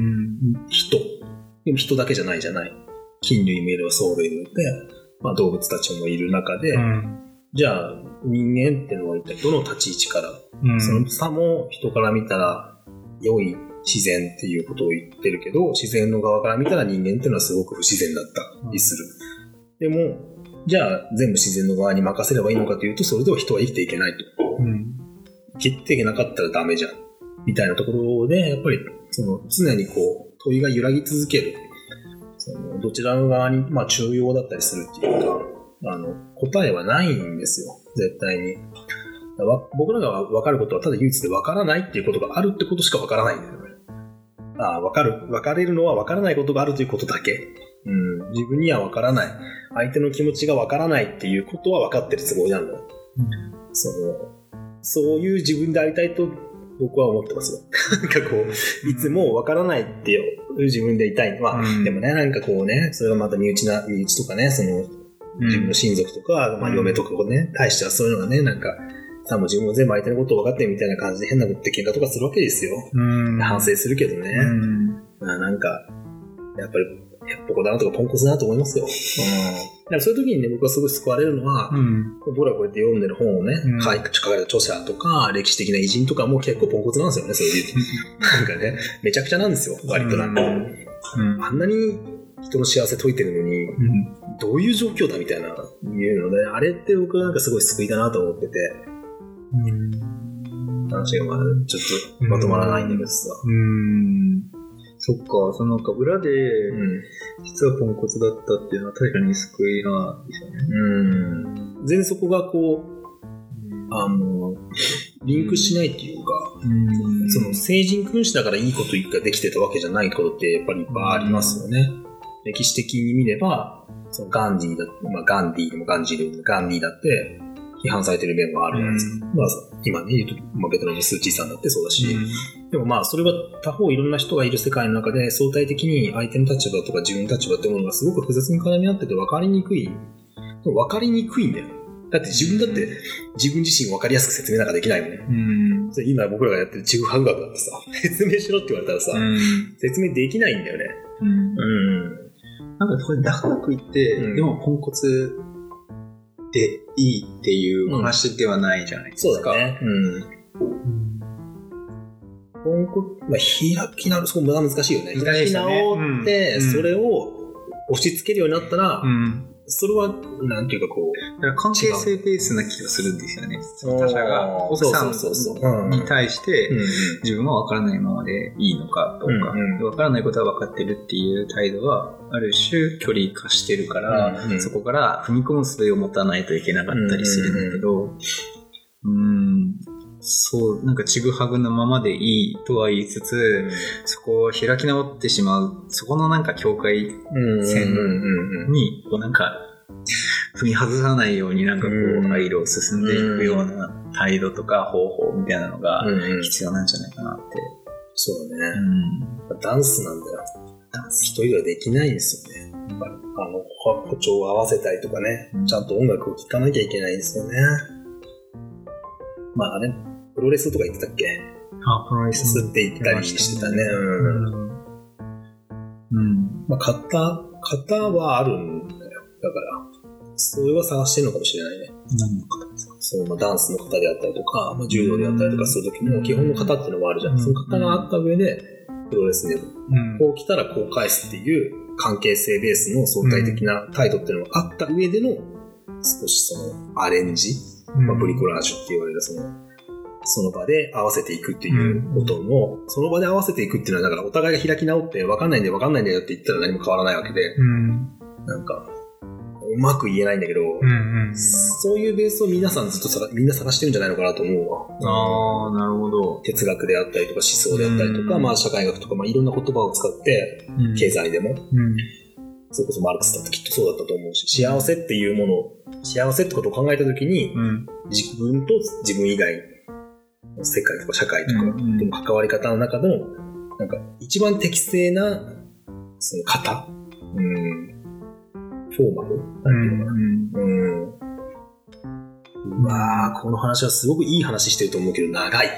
人。でも人だけじゃないじゃない。菌類もいれば藻類もいて、まあ、動物たちもいる中で、うん、じゃあ人間っていうのは一体どの立ち位置から、うん、その差も人から見たら良い自然っていうことを言ってるけど、自然の側から見たら人間っていうのはすごく不自然だったりする。うん、でも、じゃあ全部自然の側に任せればいいのかというと、それでは人は生きていけないと。うん、生きていけなかったらダメじゃん。みたいなところで、やっぱりその常にこう問いが揺らぎ続ける。そのどちらの側に、まあ、重要だったりするっていうか、あの答えはないんですよ。絶対に。僕らが分かることはただ唯一で分からないっていうことがあるってことしか分からないんだよね。ああ、分かる。分かれるのは分からないことがあるということだけ。うん、自分には分からない。相手の気持ちが分からないっていうことは分かってるつもりなんだよ。うん、その、そういう自分でありたいと僕は思ってますよ。なんかこう、いつも分からないっていう自分でいたい。まあ、うん、でもね、なんかこうね、それがまた身内な、身内とかね、その、自分の親族とか、まあ嫁とかをね、対してはそういうのがね、なんか、さあもう自分も全部相手のことを分かってるみたいな感じで変なことで喧嘩とかするわけですよ。うん反省するけどね。うんまあなんか、やっぱり、ヘッポコだなとかポンコツだなと思いますよ。うん、でもそういう時にね、僕はすごい救われるのは、うん、僕らこうやって読んでる本をね、うん、書かれた著者とか、歴史的な偉人とかも結構ポンコツなんですよね、そういうなんかね、めちゃくちゃなんですよ、割となんか。うん、あんなに人の幸せ解いてるのに、うん、どういう状況だみたいな、いうので、あれって僕はなんかすごい救いだなと思ってて、うん、話がまだちょっとまとまらないんだけどさ。 うん、そっか、そのなんか裏で、うん、実はポンコツだったっていうのは確かに救いなんですよね。 うん。全然そこがこう、あの、リンクしないっていうか、うん、その聖人君子だからいいことができてたわけじゃないことってやっぱりいっぱいありますよね。歴史的に見れば、そのガンディーだって、まあガンディーでもガンジーでもガンディーだって、批判されてる面もあるじゃないですか。うん、まあ、今ね、言うと、まあ、ベトナムのスーチーさんだってそうだし、うん、でもまあ、それは他方いろんな人がいる世界の中で相対的に相手の立場とか自分の立場ってものがすごく複雑に絡み合ってて分かりにくい。分かりにくいんだよ。だって自分だって自分自身分かりやすく説明なんかできないもんね。うん、今僕らがやってるちぐはぐ学だってさ、説明しろって言われたらさ、うん、説明できないんだよね。うん。うん、 なんかこれだからといって、うん、でもポンコツでいいっていう話ではないじゃないですか。 うん、そうだね。うん。ポンコツ、まあ、開き直る、そこ難しいよね。開き直って、それを押し付けるようになったら、うん、それは、なんていうかこう。 だから関係性ベースな気がするんですよね。他者が、奥さんに対して、自分は分からないままでいいのかとか、うんうん、分からないことは分かってるっていう態度は、ある種距離化してるから、うんうん、そこから踏み込む術を持たないといけなかったりするんだけど、うん、うんそう、なんかちぐはぐなままでいいとは言いつつ、うん、そこを開き直ってしまう、そこのなんか境界線に、こうなんか、踏み外さないようになんかこう、アイロを進んでいくような態度とか方法みたいなのが必要なんじゃないかなって。 そうだね。うん、ダンスなんだよ。ダンス一人ではできないんですよね。やっぱりあの、歩調を合わせたりとかね、うん、ちゃんと音楽を聴かなきゃいけないんですよね。まああれ、プロレスとか言ってたっけ？ あ、プロレスって言ったりしてたね。うん。うん。まあ、型、型はあるんだよ。だから、それは探してるのかもしれないね。 何の型ですか？ そう、まあ、ダンスの型であったりとか、まあ、柔道であったりとかするときも、基本の型っていうのもあるじゃん。その型があった上で、プロレスで、こう来たらこう返すっていう関係性ベースの相対的な態度っていうのがあった上での、少しそのアレンジ、まあ、ブリコラージュって言われるその、その場で合わせていくっていうことも、うん、その場で合わせていくっていうのは、だからお互いが開き直って分かんないんだよ分かんないんだよって言ったら何も変わらないわけで、うん、なんか、うまく言えないんだけど、うんうん、そういうベースを皆さんずっとさみんな探してるんじゃないのかなと思うわ。 ああ、なるほど。 哲学であったりとか思想であったりとか、うん、まあ社会学とか、まあいろんな言葉を使って、経済でも、うん、 それこそマルクスだってきっとそうだったと思うし、幸せっていうもの、幸せってことを考えたときに、うん、自分と自分以外の世界とか社会とかとの関わり方の中での、なんか一番適正なその型、うん、フォーマルなんていうのかな。うんうんうわー、この話はすごくいい話してると思うけど長い。こ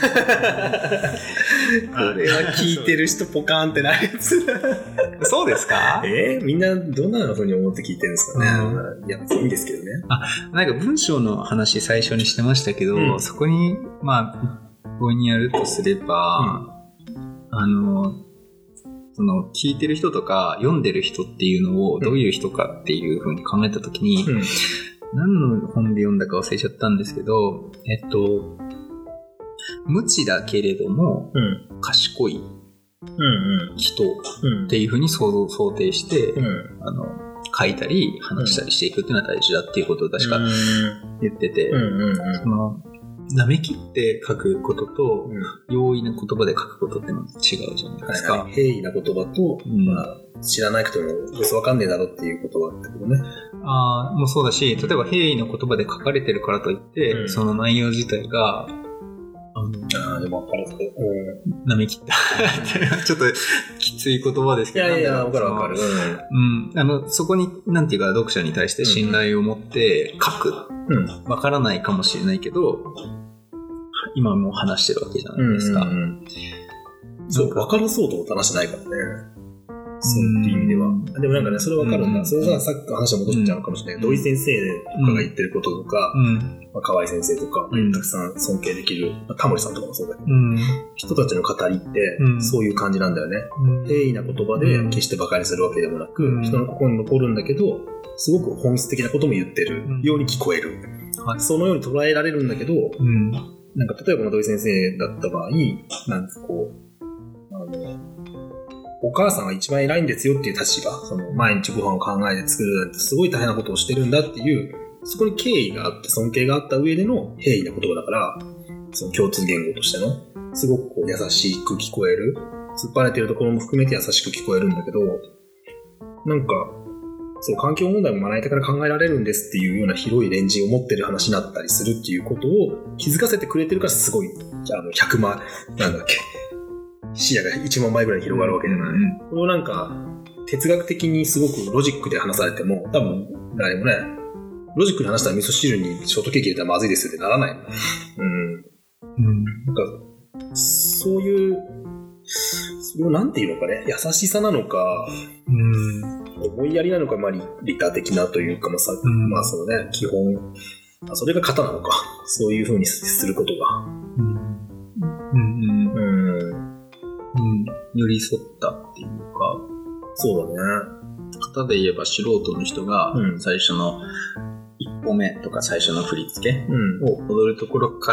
れは聞いてる人ポカーンってなるやつ。 そうですか？ えー、みんなどんな風に思って聞いてるんですかね。うん、いや別にいいんですけどね。 あ、なんか文章の話最初にしてましたけど、うん、そこにまあここにやるとすれば、うん、あのその聞いてる人とか読んでる人っていうのをどういう人かっていう風に考えたときに。うんうん何の本で読んだか忘れちゃったんですけど、えっと、無知だけれども、うん、賢い人っていうふうに想像、想定して、うん、あの、書いたり話したりしていくっていうのは大事だっていうことを確か言ってて、その、なめきって書くことと、うん、容易な言葉で書くことっても違うじゃないですか。 はいはい、平易な言葉と、うんまあ、知らなくてもよくわかんねえだろっていう言葉ってことね。 ああ、もうそうだし、例えば平易な言葉で書かれてるからといって、うん、その内容自体が、あの、あでもわかるけど、 うん、なめきった。ちょっときつい言葉ですけど。 いやいや、わかるわかる。 うん。あの、そこに、なんていうか、読者に対して信頼を持って書く。うん。わからないかもしれないけど、今も話してるわけじゃないですか。うんうんうん、 そう、わからそうと思って話してないからね。そういう意味では。でもなんかね、それわかるんだ。うん、それはさっきの話は戻っちゃうかもしれないけど、うん、土井先生とかが言ってることとか、うんまあ、河合先生とか、うん、たくさん尊敬できる、まあ、タモリさんとかもそうだけど、うん、人たちの語りって、そういう感じなんだよね。うん、平易な言葉で決して馬鹿にするわけでもなく、うん、人の心に残るんだけど、すごく本質的なことも言ってるように聞こえる。うん、そのように捉えられるんだけど、うんなんか例えば土井先生だった場合、なんかこう、あの、お母さんが一番偉いんですよっていう立場、その毎日ご飯を考えて作るなんてすごい大変なことをしてるんだっていう、そこに敬意があって尊敬があった上での平易な言葉だから、その共通言語としての、すごくこう優しく聞こえる、突っ張れてるところも含めて優しく聞こえるんだけど、なんか、そう環境問題もまな板から考えられるんですっていうような広いレンジを持ってる話になったりするっていうことを気づかせてくれてるからすごいあのひゃくまんなんだっけ視野がいちまんまいぐらい広がるわけじゃない、うん、これをなんか哲学的にすごくロジックで話されても多分誰もねロジックで話したら味噌汁にショートケーキ入れたらまずいですよってならない、うんうん、なんかそういうそれをなんていうのかね優しさなのか、うん思いやりなのか、まあ、利他的なというか、まあさうん、まあそのね、基本、それが型なのか、そういう風にすることが。うん。うん。うん。うん。 寄り添ったっていうか、 そうだね。 型で言えば素人の人が、最初の一歩目とか最初の振り付けを踊るところから、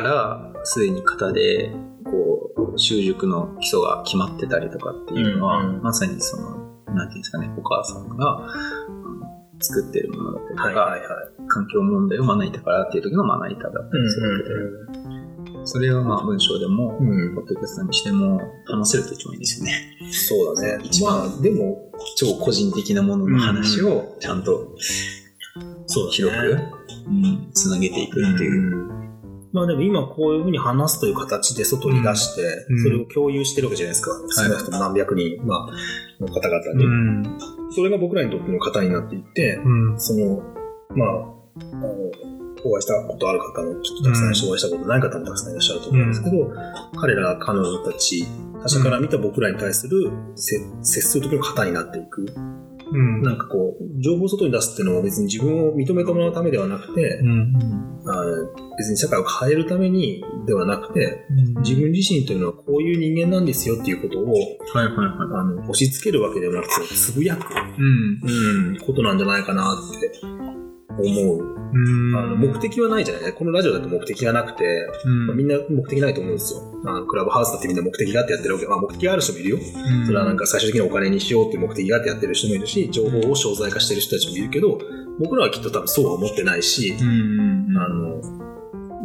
すでに型で、こう、習熟の基礎が決まってたりとかっていうのは、うんうん、まさにその、なんていうんですかね、お母さんが作ってるものだったりとか、はいはいはい、環境問題を招いたからっていう時の招いただったりするわけで、うんうんうん、それをまあ文章でも、うん、ポッドキャストにしても話せると一番いいですよね。 そうだね。 一番、まあ、でも超個人的なものの話をちゃんと広く、うん、つなげていくっていう。うんまあでも今こういう風に話すという形で外に出して、それを共有してるわけじゃないですか。少なくとも何百人、まあ、の方々に、うん。それが僕らにとっての型になっていって、うん、その、まあ、あの、お会いしたことある方もきっとたくさんお会いしたことない方もたくさんいらっしゃると思うんですけど、うん、彼ら、彼女たち、他者から見た僕らに対する、接する時の型になっていく。うん、なんかこう情報を外に出すっていうのは別に自分を認めてもらうためではなくて、うんうん、あ別に社会を変えるためにではなくて、うん、自分自身というのはこういう人間なんですよっていうことを、はいはいはい、あの押し付けるわけではなくてつぶやく、うんうん、ことなんじゃないかなって思う。うんあの目的はないじゃない。このラジオだと目的がなくて、うんまあ、みんな目的ないと思うんですよ。あのクラブハウスだってみんな目的があってやってるわけ。まあ、目的がある人もいるよ、うん。それはなんか最終的にお金にしようっていう目的があってやってる人もいるし、情報を商材化してる人たちもいるけど、僕らはきっと多分そうは思ってないし、うんあの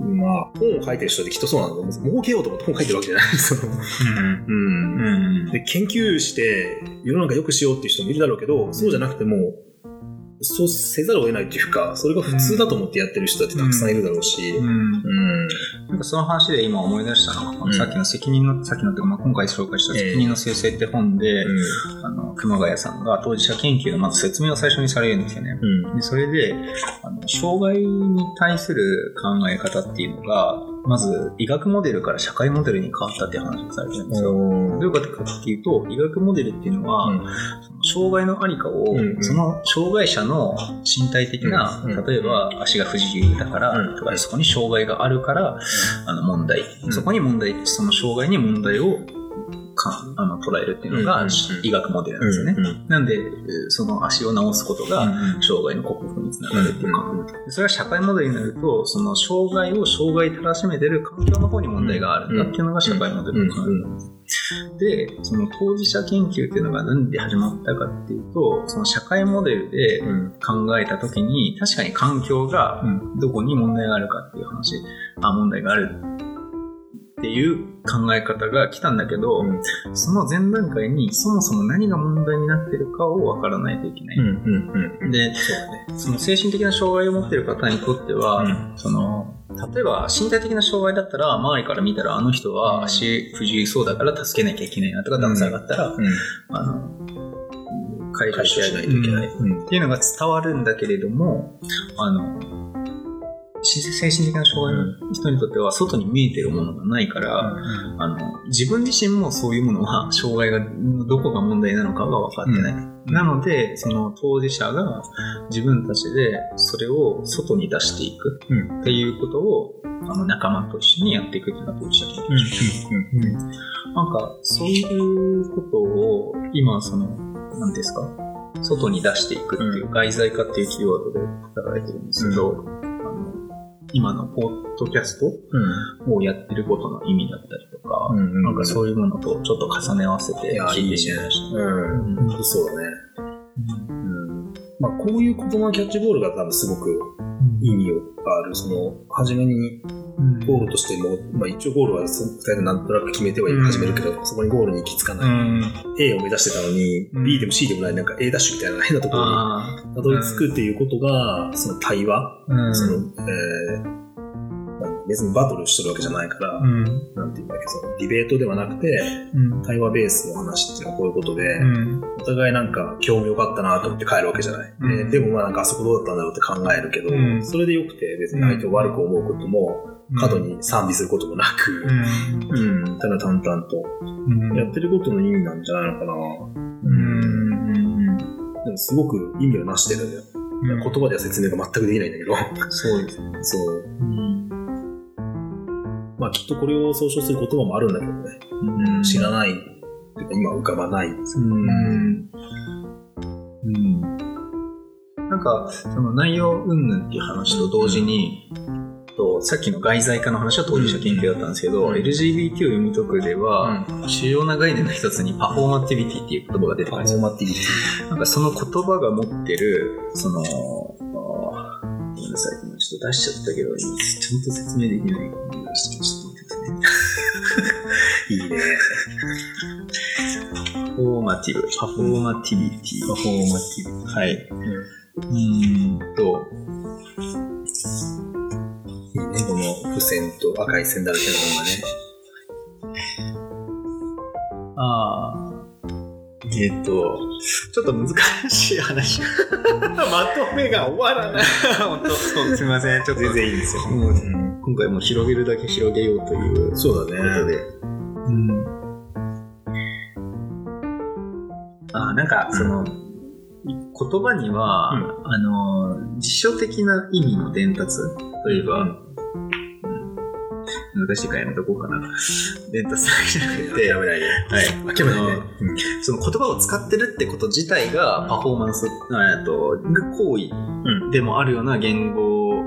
まあ、本を書いてる人ってきっとそうなんだけど、儲けようと思って本書いてるわけじゃない。そのうんうんうん、で研究して世の中良くしようっていう人もいるだろうけど、そうじゃなくてもそうせざるを得ないっていうか、それが普通だと思ってやってる人だってたくさんいるだろうし、うんうん、 なんかその話で今思い出したのは、うん、さっきの責任のさっきのというか、まあ、今回紹介した責任の生成って本で、えー、あの熊谷さんが当事者研究のまず説明を最初にされるんですよね。うん、でそれであの障害に対する考え方っていうのがまず医学モデルから社会モデルに変わったっていう話をされてるんですよ。どういうことかっていうと、医学モデルっていうのは、うん、その障害のありかを、うんうん、その障害者の身体的な、うんうん、例えば足が不自由だからとか、うん、そこに障害があるから、うん、あの問題、うん、そこに問題、その障害に問題をかあの捉えるっていうのが医学モデルなんですよね、うんうん、なんでその足を治すことが障害の克服につながるっていうか、うんうん、それは社会モデルになるとその障害を障害たらしめてる環境の方に問題があるんだっていうのが社会モデルの考えなんです。でその当事者研究っていうのが何で始まったかっていうと、その社会モデルで考えた時に確かに環境がどこに問題があるかっていう話、あ問題があるっていう考え方が来たんだけど、うん、その前段階にそもそも何が問題になっているかを分からないといけない、うんうんうん、で そ,、ね、その精神的な障害を持っている方にとっては、うん、その例えば身体的な障害だったら周りから見たらあの人は足不自由そうだから助けなきゃいけないなとか、段差があったら、うんうん、あの解消しないといけない、うん、っていうのが伝わるんだけれども、あの精神的な障害の人にとっては外に見えてるものがないから、うん、あの自分自身もそういうものは障害がどこが問題なのかが分かってない、うん、なのでその当事者が自分たちでそれを外に出していくっていうことを、あの仲間と一緒にやっていくっていうのが当事者研究です、うんうんうん、なんかそういうことを今その何ですか外に出していくっていう、外在化っていうキーワードで語られてるんですけど、うん今のポッドキャストをやってることの意味だったりとか、うんうん、なんかそういうものとちょっと重ね合わせて聞いてしまいました。 うん、本当そうだね。うんうん、まあこういう言葉のキャッチボールが多分すごく意味がある。その初めにゴールとしても、まあ一応ゴールはふたりでなんとなく決めては始めるけど、うん、そこにゴールに行き着かない。うん、A を目指してたのに、うん、B でも C でもないなんか A ダッシュみたいな変なところにたどり着くっていうことが、その対話、うん、その、えー別にバトルしてるわけじゃないから、うん、なんていうんだっけ、そのディベートではなくて、うん、対話ベースの話っていうのはこういうことで、うん、お互いなんか興味良かったなと思って帰るわけじゃない、うん、で, でもまあなんかあそこどうだったんだろうって考えるけど、うん、それでよくて別に相手を悪く思うことも、うん、過度に賛美することもなく、うんうん、ただ淡々とやってることの意味なんじゃないのかな、うんうん、でもすごく意味をなしてるんだよ、うん、言葉では説明が全くできないんだけどそうですね、 そう、うんまあきっとこれを総称する言葉もあるんだけどね。うん、知らない、今浮かばない。うん。 うん。なんか、その内容云々っていう話と同時に、うん、とさっきの外在化の話は当事者研究だったんですけど、うん、エルジービーティー を読み解くでは、うん、主要な概念の一つにパフォーマティビティっていう言葉が出てくるんですよ。パフォーマティビティ。なんかその言葉が持ってる、その、ごめんなさい、今ちょっと出しちゃったけど、ちゃんと説明できないから出して、ちょっと待ってくださいね。 いいね。 パフォーマティブ、パフォーマティビティ。 パフォーマティブ。 はい。うん、うーんと、 いいね、この付箋と赤い線だらけの方がね。 ああ。えっと、ちょっと難しい話。 まとめが終わらない。 本当、そうすみません。ちょっと全然いいんですよ。 もう、うん、今回も広げるだけ広げようという。 そうだね。 ことで。うん。あ、なんか、その、うん、言葉には、うん、あの、辞書的な意味の伝達。例えば、うん難しいからやめとこうかな。伝達だけじゃなくて、 やめないで。 はい。諦めないで。その言葉を使ってるってこと自体がパフォーマンス、えっと、行為でもあるような言語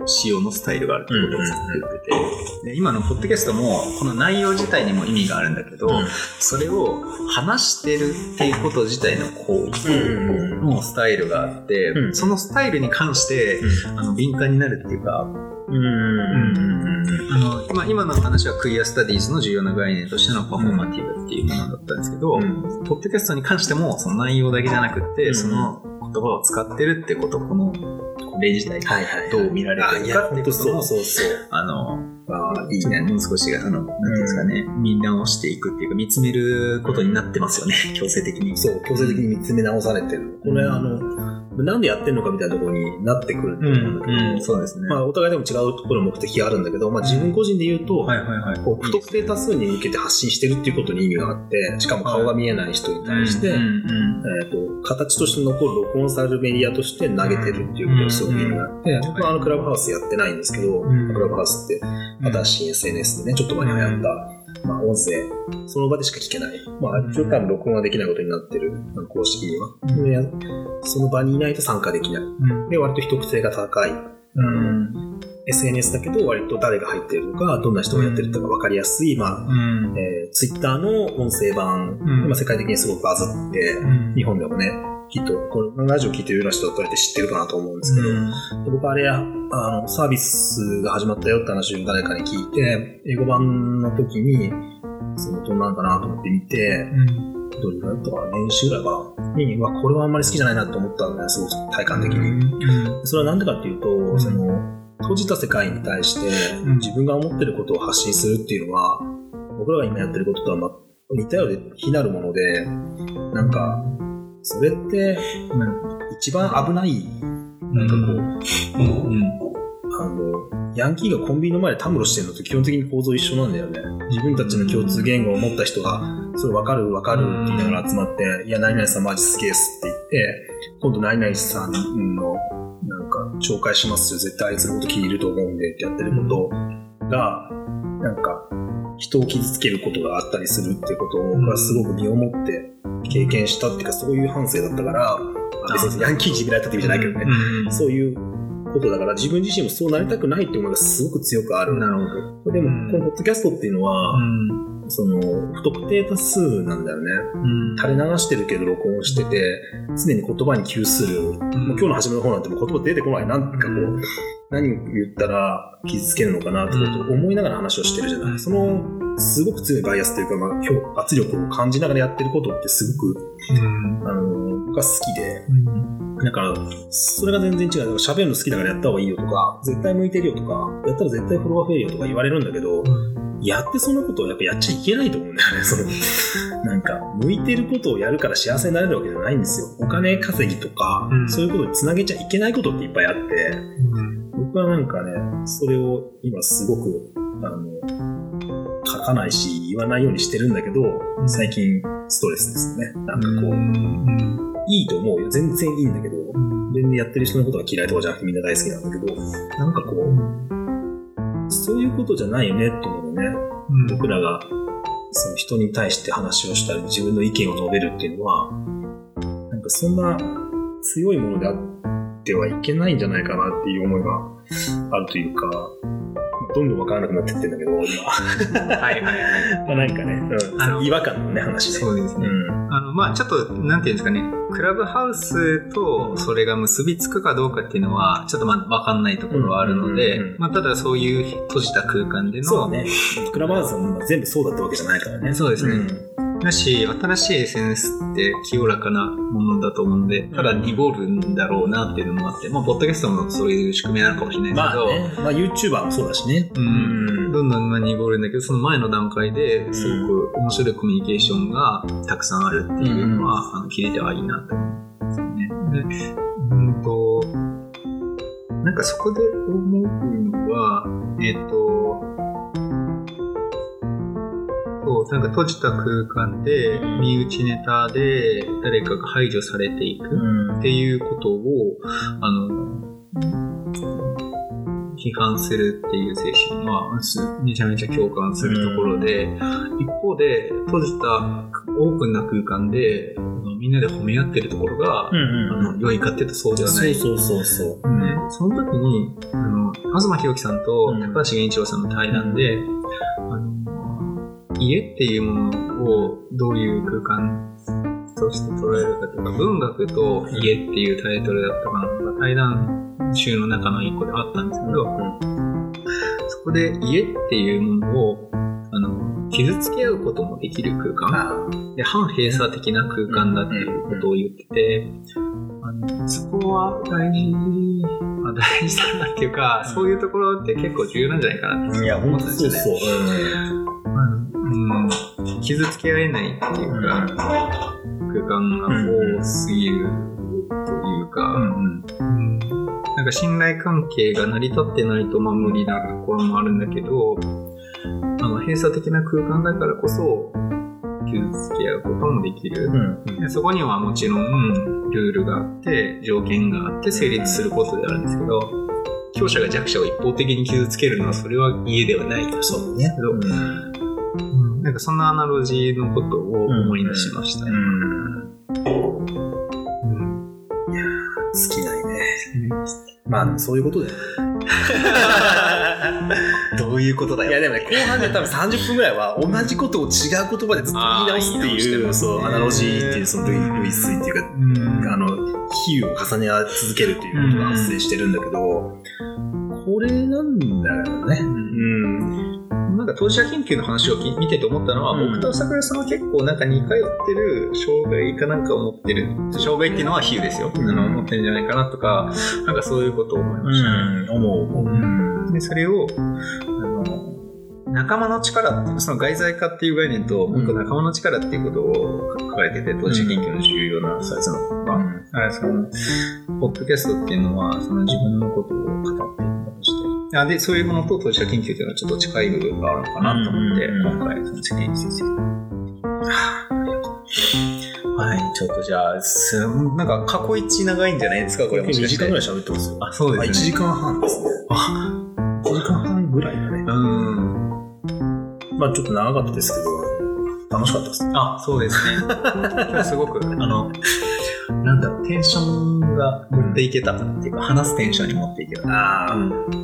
仕様のスタイルがあるってことを作ってて、で今のポッドキャストもこの内容自体にも意味があるんだけど、うん、それを話してるっていうこと自体の行為のスタイルがあって、うん、そのスタイルに関して、うん、あの敏感になるっていうか、うんうん、あの今, 今の話はクイアスタディーズの重要な概念としてのパフォーマティブっていうものだったんですけど、うん、ポッドキャストに関してもその内容だけじゃなくて、うん、その言葉を使ってるってこと、この例自体どう見られてるかっていうことを、あの、あいいね、もう少しあの、なんていうんですかね、うん、見直していくっていうか見つめることになってますよね、強制的に。 そう、強制的に見つめ直されてる。これ、うん、あのなんでやってんのかみたいなところになってくると思うんだけど、うんうん、そうですね。まあお互いでも違うところの目的があるんだけど、まあ自分個人で言うと、はいはいはい、こう不特定多数に向けて発信してるっていうことに意味があって、しかも顔が見えない人に対して、はいうんうんえー、と形として残る録音されるメディアとして投げてるっていうことにすごく意味があって、うんうん、僕はあのクラブハウスやってないんですけど、うん、クラブハウスって新しい エスエヌエス でね、ちょっと前に流行った、うんまあ、音声、その場でしか聞けない。まあ、一応多分録音はできないことになってる、公式には。で、その場にいないと参加できない。で、割と秘匿性が高い。うん、エスエヌエス だけど、割と誰が入ってるのか、どんな人がやってるのか分かりやすい、まあ、うんえー、Twitter の音声版、うん、今世界的にすごくバズって、うん、日本でもね、きっと、このラジオ聞いてるような人だったら知ってるかなと思うんですけど、うん、で僕あれ、あの、サービスが始まったよって話を誰かに聞いて、英語版の時に、その、どんなんかなと思って見て、うん、どれぐらいだったかな、年始ぐらいかな、に、まあ、これはあんまり好きじゃないなと思ったんだよね、すごく体感的に。うん、それはなんでかっていうと、うん、その、閉じた世界に対して、自分が思ってることを発信するっていうのは、僕らが今やってることとは、ま、似たようで非なるもので、なんか、それって、うん、一番危ない、なんかこう、うんうん、あの、ヤンキーがコンビニの前でたむろしてるのと基本的に構造一緒なんだよね。自分たちの共通言語を持った人が、それ分かる分かるって言いながら集まって、いや、何々さんマジすげえっすって言って、今度何々さんの、なんか、紹介しますよ、絶対あいつのこと聞いると思うんでってやってることが、なんか、人を傷つけることがあったりするっていうことを僕はすごく身をもって経験したっていうか、そういう反省だったから、別にヤンキーにいじめられたって意味じゃないけどね、うん、そういうことだから自分自身もそうなりたくないっていう思いがすごく強くある。なるほど。でも、このポッドキャストっていうのは、うん、その不特定多数なんだよね、うん、垂れ流してるけど録音してて常に言葉に窮する、うん、もう今日の初めの方なんてもう言葉出てこない、なんかこう、うん、何を言ったら傷つけるのかなってことを思いながら話をしてるじゃない、うん、そのすごく強いバイアスというか、まあ、今日圧力を感じながらやってることってすごく、うん、あの僕は好きで、うんだから、それが全然違う。喋るの好きだからやった方がいいよとか、絶対向いてるよとか、やったら絶対フォロワー増えるよとか言われるんだけど、うん、やってそのことをやっぱやっちゃいけないと思うんだよね。そのなんか、向いてることをやるから幸せになれるわけじゃないんですよ。お金稼ぎとか、うん、そういうことにつなげちゃいけないことっていっぱいあって、うん、僕はなんかね、それを今すごく、あの、書かないし、言わないようにしてるんだけど、最近ストレスですよね。なんかこう、うんいいと思うよ。全然いいんだけど、うん、全然やってる人のことが嫌いとかじゃなくてみんな大好きなんだけど、なんかこう、そういうことじゃないよねって思うのね、うん。僕らがその人に対して話をしたり、自分の意見を述べるっていうのは、なんかそんな強いものであってはいけないんじゃないかなっていう思いがあるというか、どんどん分からなくなってってるんだけど、今。はいはいはい。まあなんかね、うん、あの違和感のね、話ね。 そうですね。うん、あの、まあちょっと、なんていうんですかね、クラブハウスとそれが結びつくかどうかっていうのは、ちょっとまあ分かんないところはあるので、うんうんうん、まあただそういう閉じた空間での。 そうね。クラブハウスは全部そうだったわけじゃないからね。 そうですね。うんだし、新しい エスエヌエス って清らかなものだと思うので、ただ濁るんだろうなっていうのもあって、まあ、ポッドキャストもそういう仕組みなのかもしれないですけど、 まあね、まあ YouTuber もそうだしね。 うん。どんどんまあ濁るんだけど、その前の段階ですごく面白いコミュニケーションがたくさんあるっていうのは、うん、あの切れてはいいなと思うんですよね。で、うんと、なんかそこで思うのは、えっと、そうなんか閉じた空間で身内ネタで誰かが排除されていくっていうことを、あの批判するっていう精神はめちゃめちゃ共感するところで、一方で閉じたオープンな空間でみんなで褒め合ってるところが、 うんうんあの良いかっていうとそうではない。 そうそうそうそう。 うん、その時にあの東博樹さんと高橋源一郎さんの対談で、うん、あの家っていうものをどういう空間として捉えるかというか、文学と家っていうタイトルだったかな、対談集の中の一個であったんですけど、うん、そこで家っていうものをあの傷つけ合うこともできる空間で、反閉鎖的な空間だっていうことを言ってて、あのそこは大事、まあ、大事だなっていうか、そういうところって結構重要なんじゃないかなって思ったんですよね。そうそう、うん、傷つけ合えないっていうか、空間が多すぎるというか、うんうん、なんか信頼関係が成り立ってないとまあ無理なところもあるんだけど、あの閉鎖的な空間だからこそ傷つけ合うこともできる、うん、でそこにはもちろんルールがあって条件があって成立することであるんですけど、強者が弱者を一方的に傷つけるのはそれは家ではないと。そうね、うんうん、なんかそんなアナロジーのことを思い出しましたね、うんうんうん、 好きないね、うん、まあそういうことだよどういうことだよ。 いやでもね、後半で多分さんじゅっぷんぐらいは同じことを違う言葉でずっと言い直すっていう、そう、アナロジーっていう、その類、類推っていうか、うん、あの、比喩を重ね続けるっていうことが発生してるんだけど、これなんだよね。うん。 なんか当事者研究の話を見てて思ったのは、うん、僕と朝倉さんは結構なんか似通ってる障害かなんかを持ってる。障害っていうのは比喩ですよ。うん、あの持ってるんじゃないかなとか、なんかそういうことを思いましたね。うん、思う。うん、で、それを、あの、仲間の力、その外在化っていう概念と、僕、うん、仲間の力っていうことを書かれてて、当事者研究の重要な冊のが、うん、だからその、ポッドキャストっていうのは、その自分のことを語っているものとして、でそういうものと当事者研究というのはちょっと近い部分があるのかなと思って、うん、今回その関根先生、はい、ちょっとじゃあすなんか過去一長いんじゃないですかこれ。もしかしてにじかんぐらい喋ってますよ。 あ、そうですね。いちじかんはんですね。あ、いちじかんはんぐらいだね。うん。まあちょっと長かったですけど楽しかったです。 あ、そうですね。今日すごくあのなんだろう、テンションが持っていけたっていうか、話すテンションに持っていけた。 ああ、うん、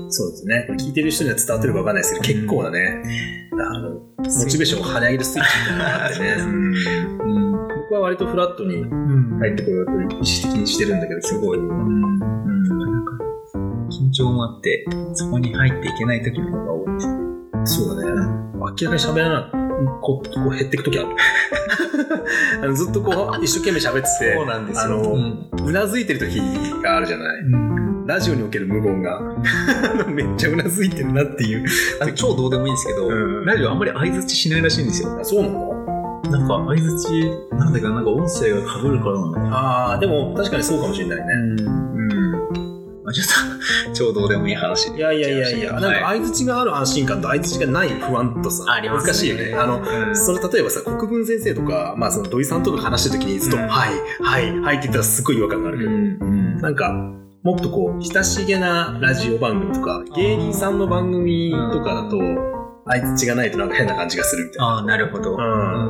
そうですね。聞いてる人には伝わってるか分かんないですけど、結構なね、うん、あのモチベーションを跳ね上げるスイッチみたいなのがあってね、うんうん、僕は割とフラットに入ってこようと意識的にしてるんだけど、すごい、うんうん、 なんか緊張もあってそこに入っていけない時の方が多いです。 そうだね。明らかに喋らないこう、こう減っていく時ある。あのずっとこう一生懸命喋ってて、 そうなんですよ。 あの、うん、うなずいてる時があるじゃない。うん、ラジオにおける無言がめっちゃうなずいてるなっていう。 あの超どうでもいいんですけど、うん、ラジオあんまり相づちしないらしいんですよ。 そうなの？ なんか相づちなんだかなんか音声が被るからなの。 ああ、でも確かにそうかもしれないね。うんちょっと超どうでもいい話。 いやいやいやいや、なんか相づちがある安心感と相づちがない不安とさ、 ありますね、 難しいよね。あの、うん、それ例えばさ、国分先生とか、まあその土井さんとか話してる時にずっと、うん、はい、はい、はいって言ったらすっごい違和感があるけど、うん、なんか、もっとこう、親しげなラジオ番組とか、芸人さんの番組とかだと、相づちがないとなんか変な感じがするみたいな。 ああ、なるほど。 うん。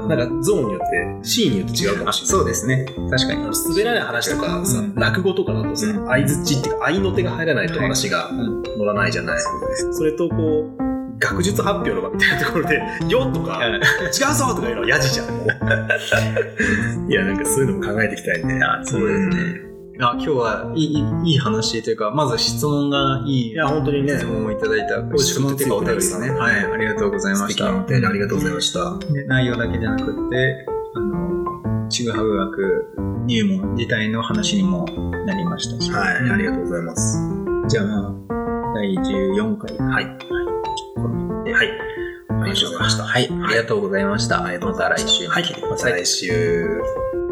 なんかゾーンによって、シーンによって違うかもしれない。 そうですね。確かに。 滑らない話とかさ、うん、落語とかだとさ、うん、相づちっていうか、相の手が入らないと話が乗らないじゃない。うん、それとこう、学術発表の場みたいなところで、よっとか、違うぞとか言うのはやじじゃん。いや、なんかそういうのも考えていきたいね。 あ、そうですね。あ、今日はいい、いい話というか、まず質問がいい。 いや、本当にね。 質問をいただいた。質問というかお便りですね。はい、ありがとうございました。 素敵なお便りありがとうございました。 で、内容だけじゃなくて、あの、ちぐはぐ学入門自体の話にもなりましたし。 はい、ありがとうございます。 じゃあ、だいじゅうよんかい。 はい。はい。 ありがとうございました。はい、ありがとうございました。また来週。 はい、また来週。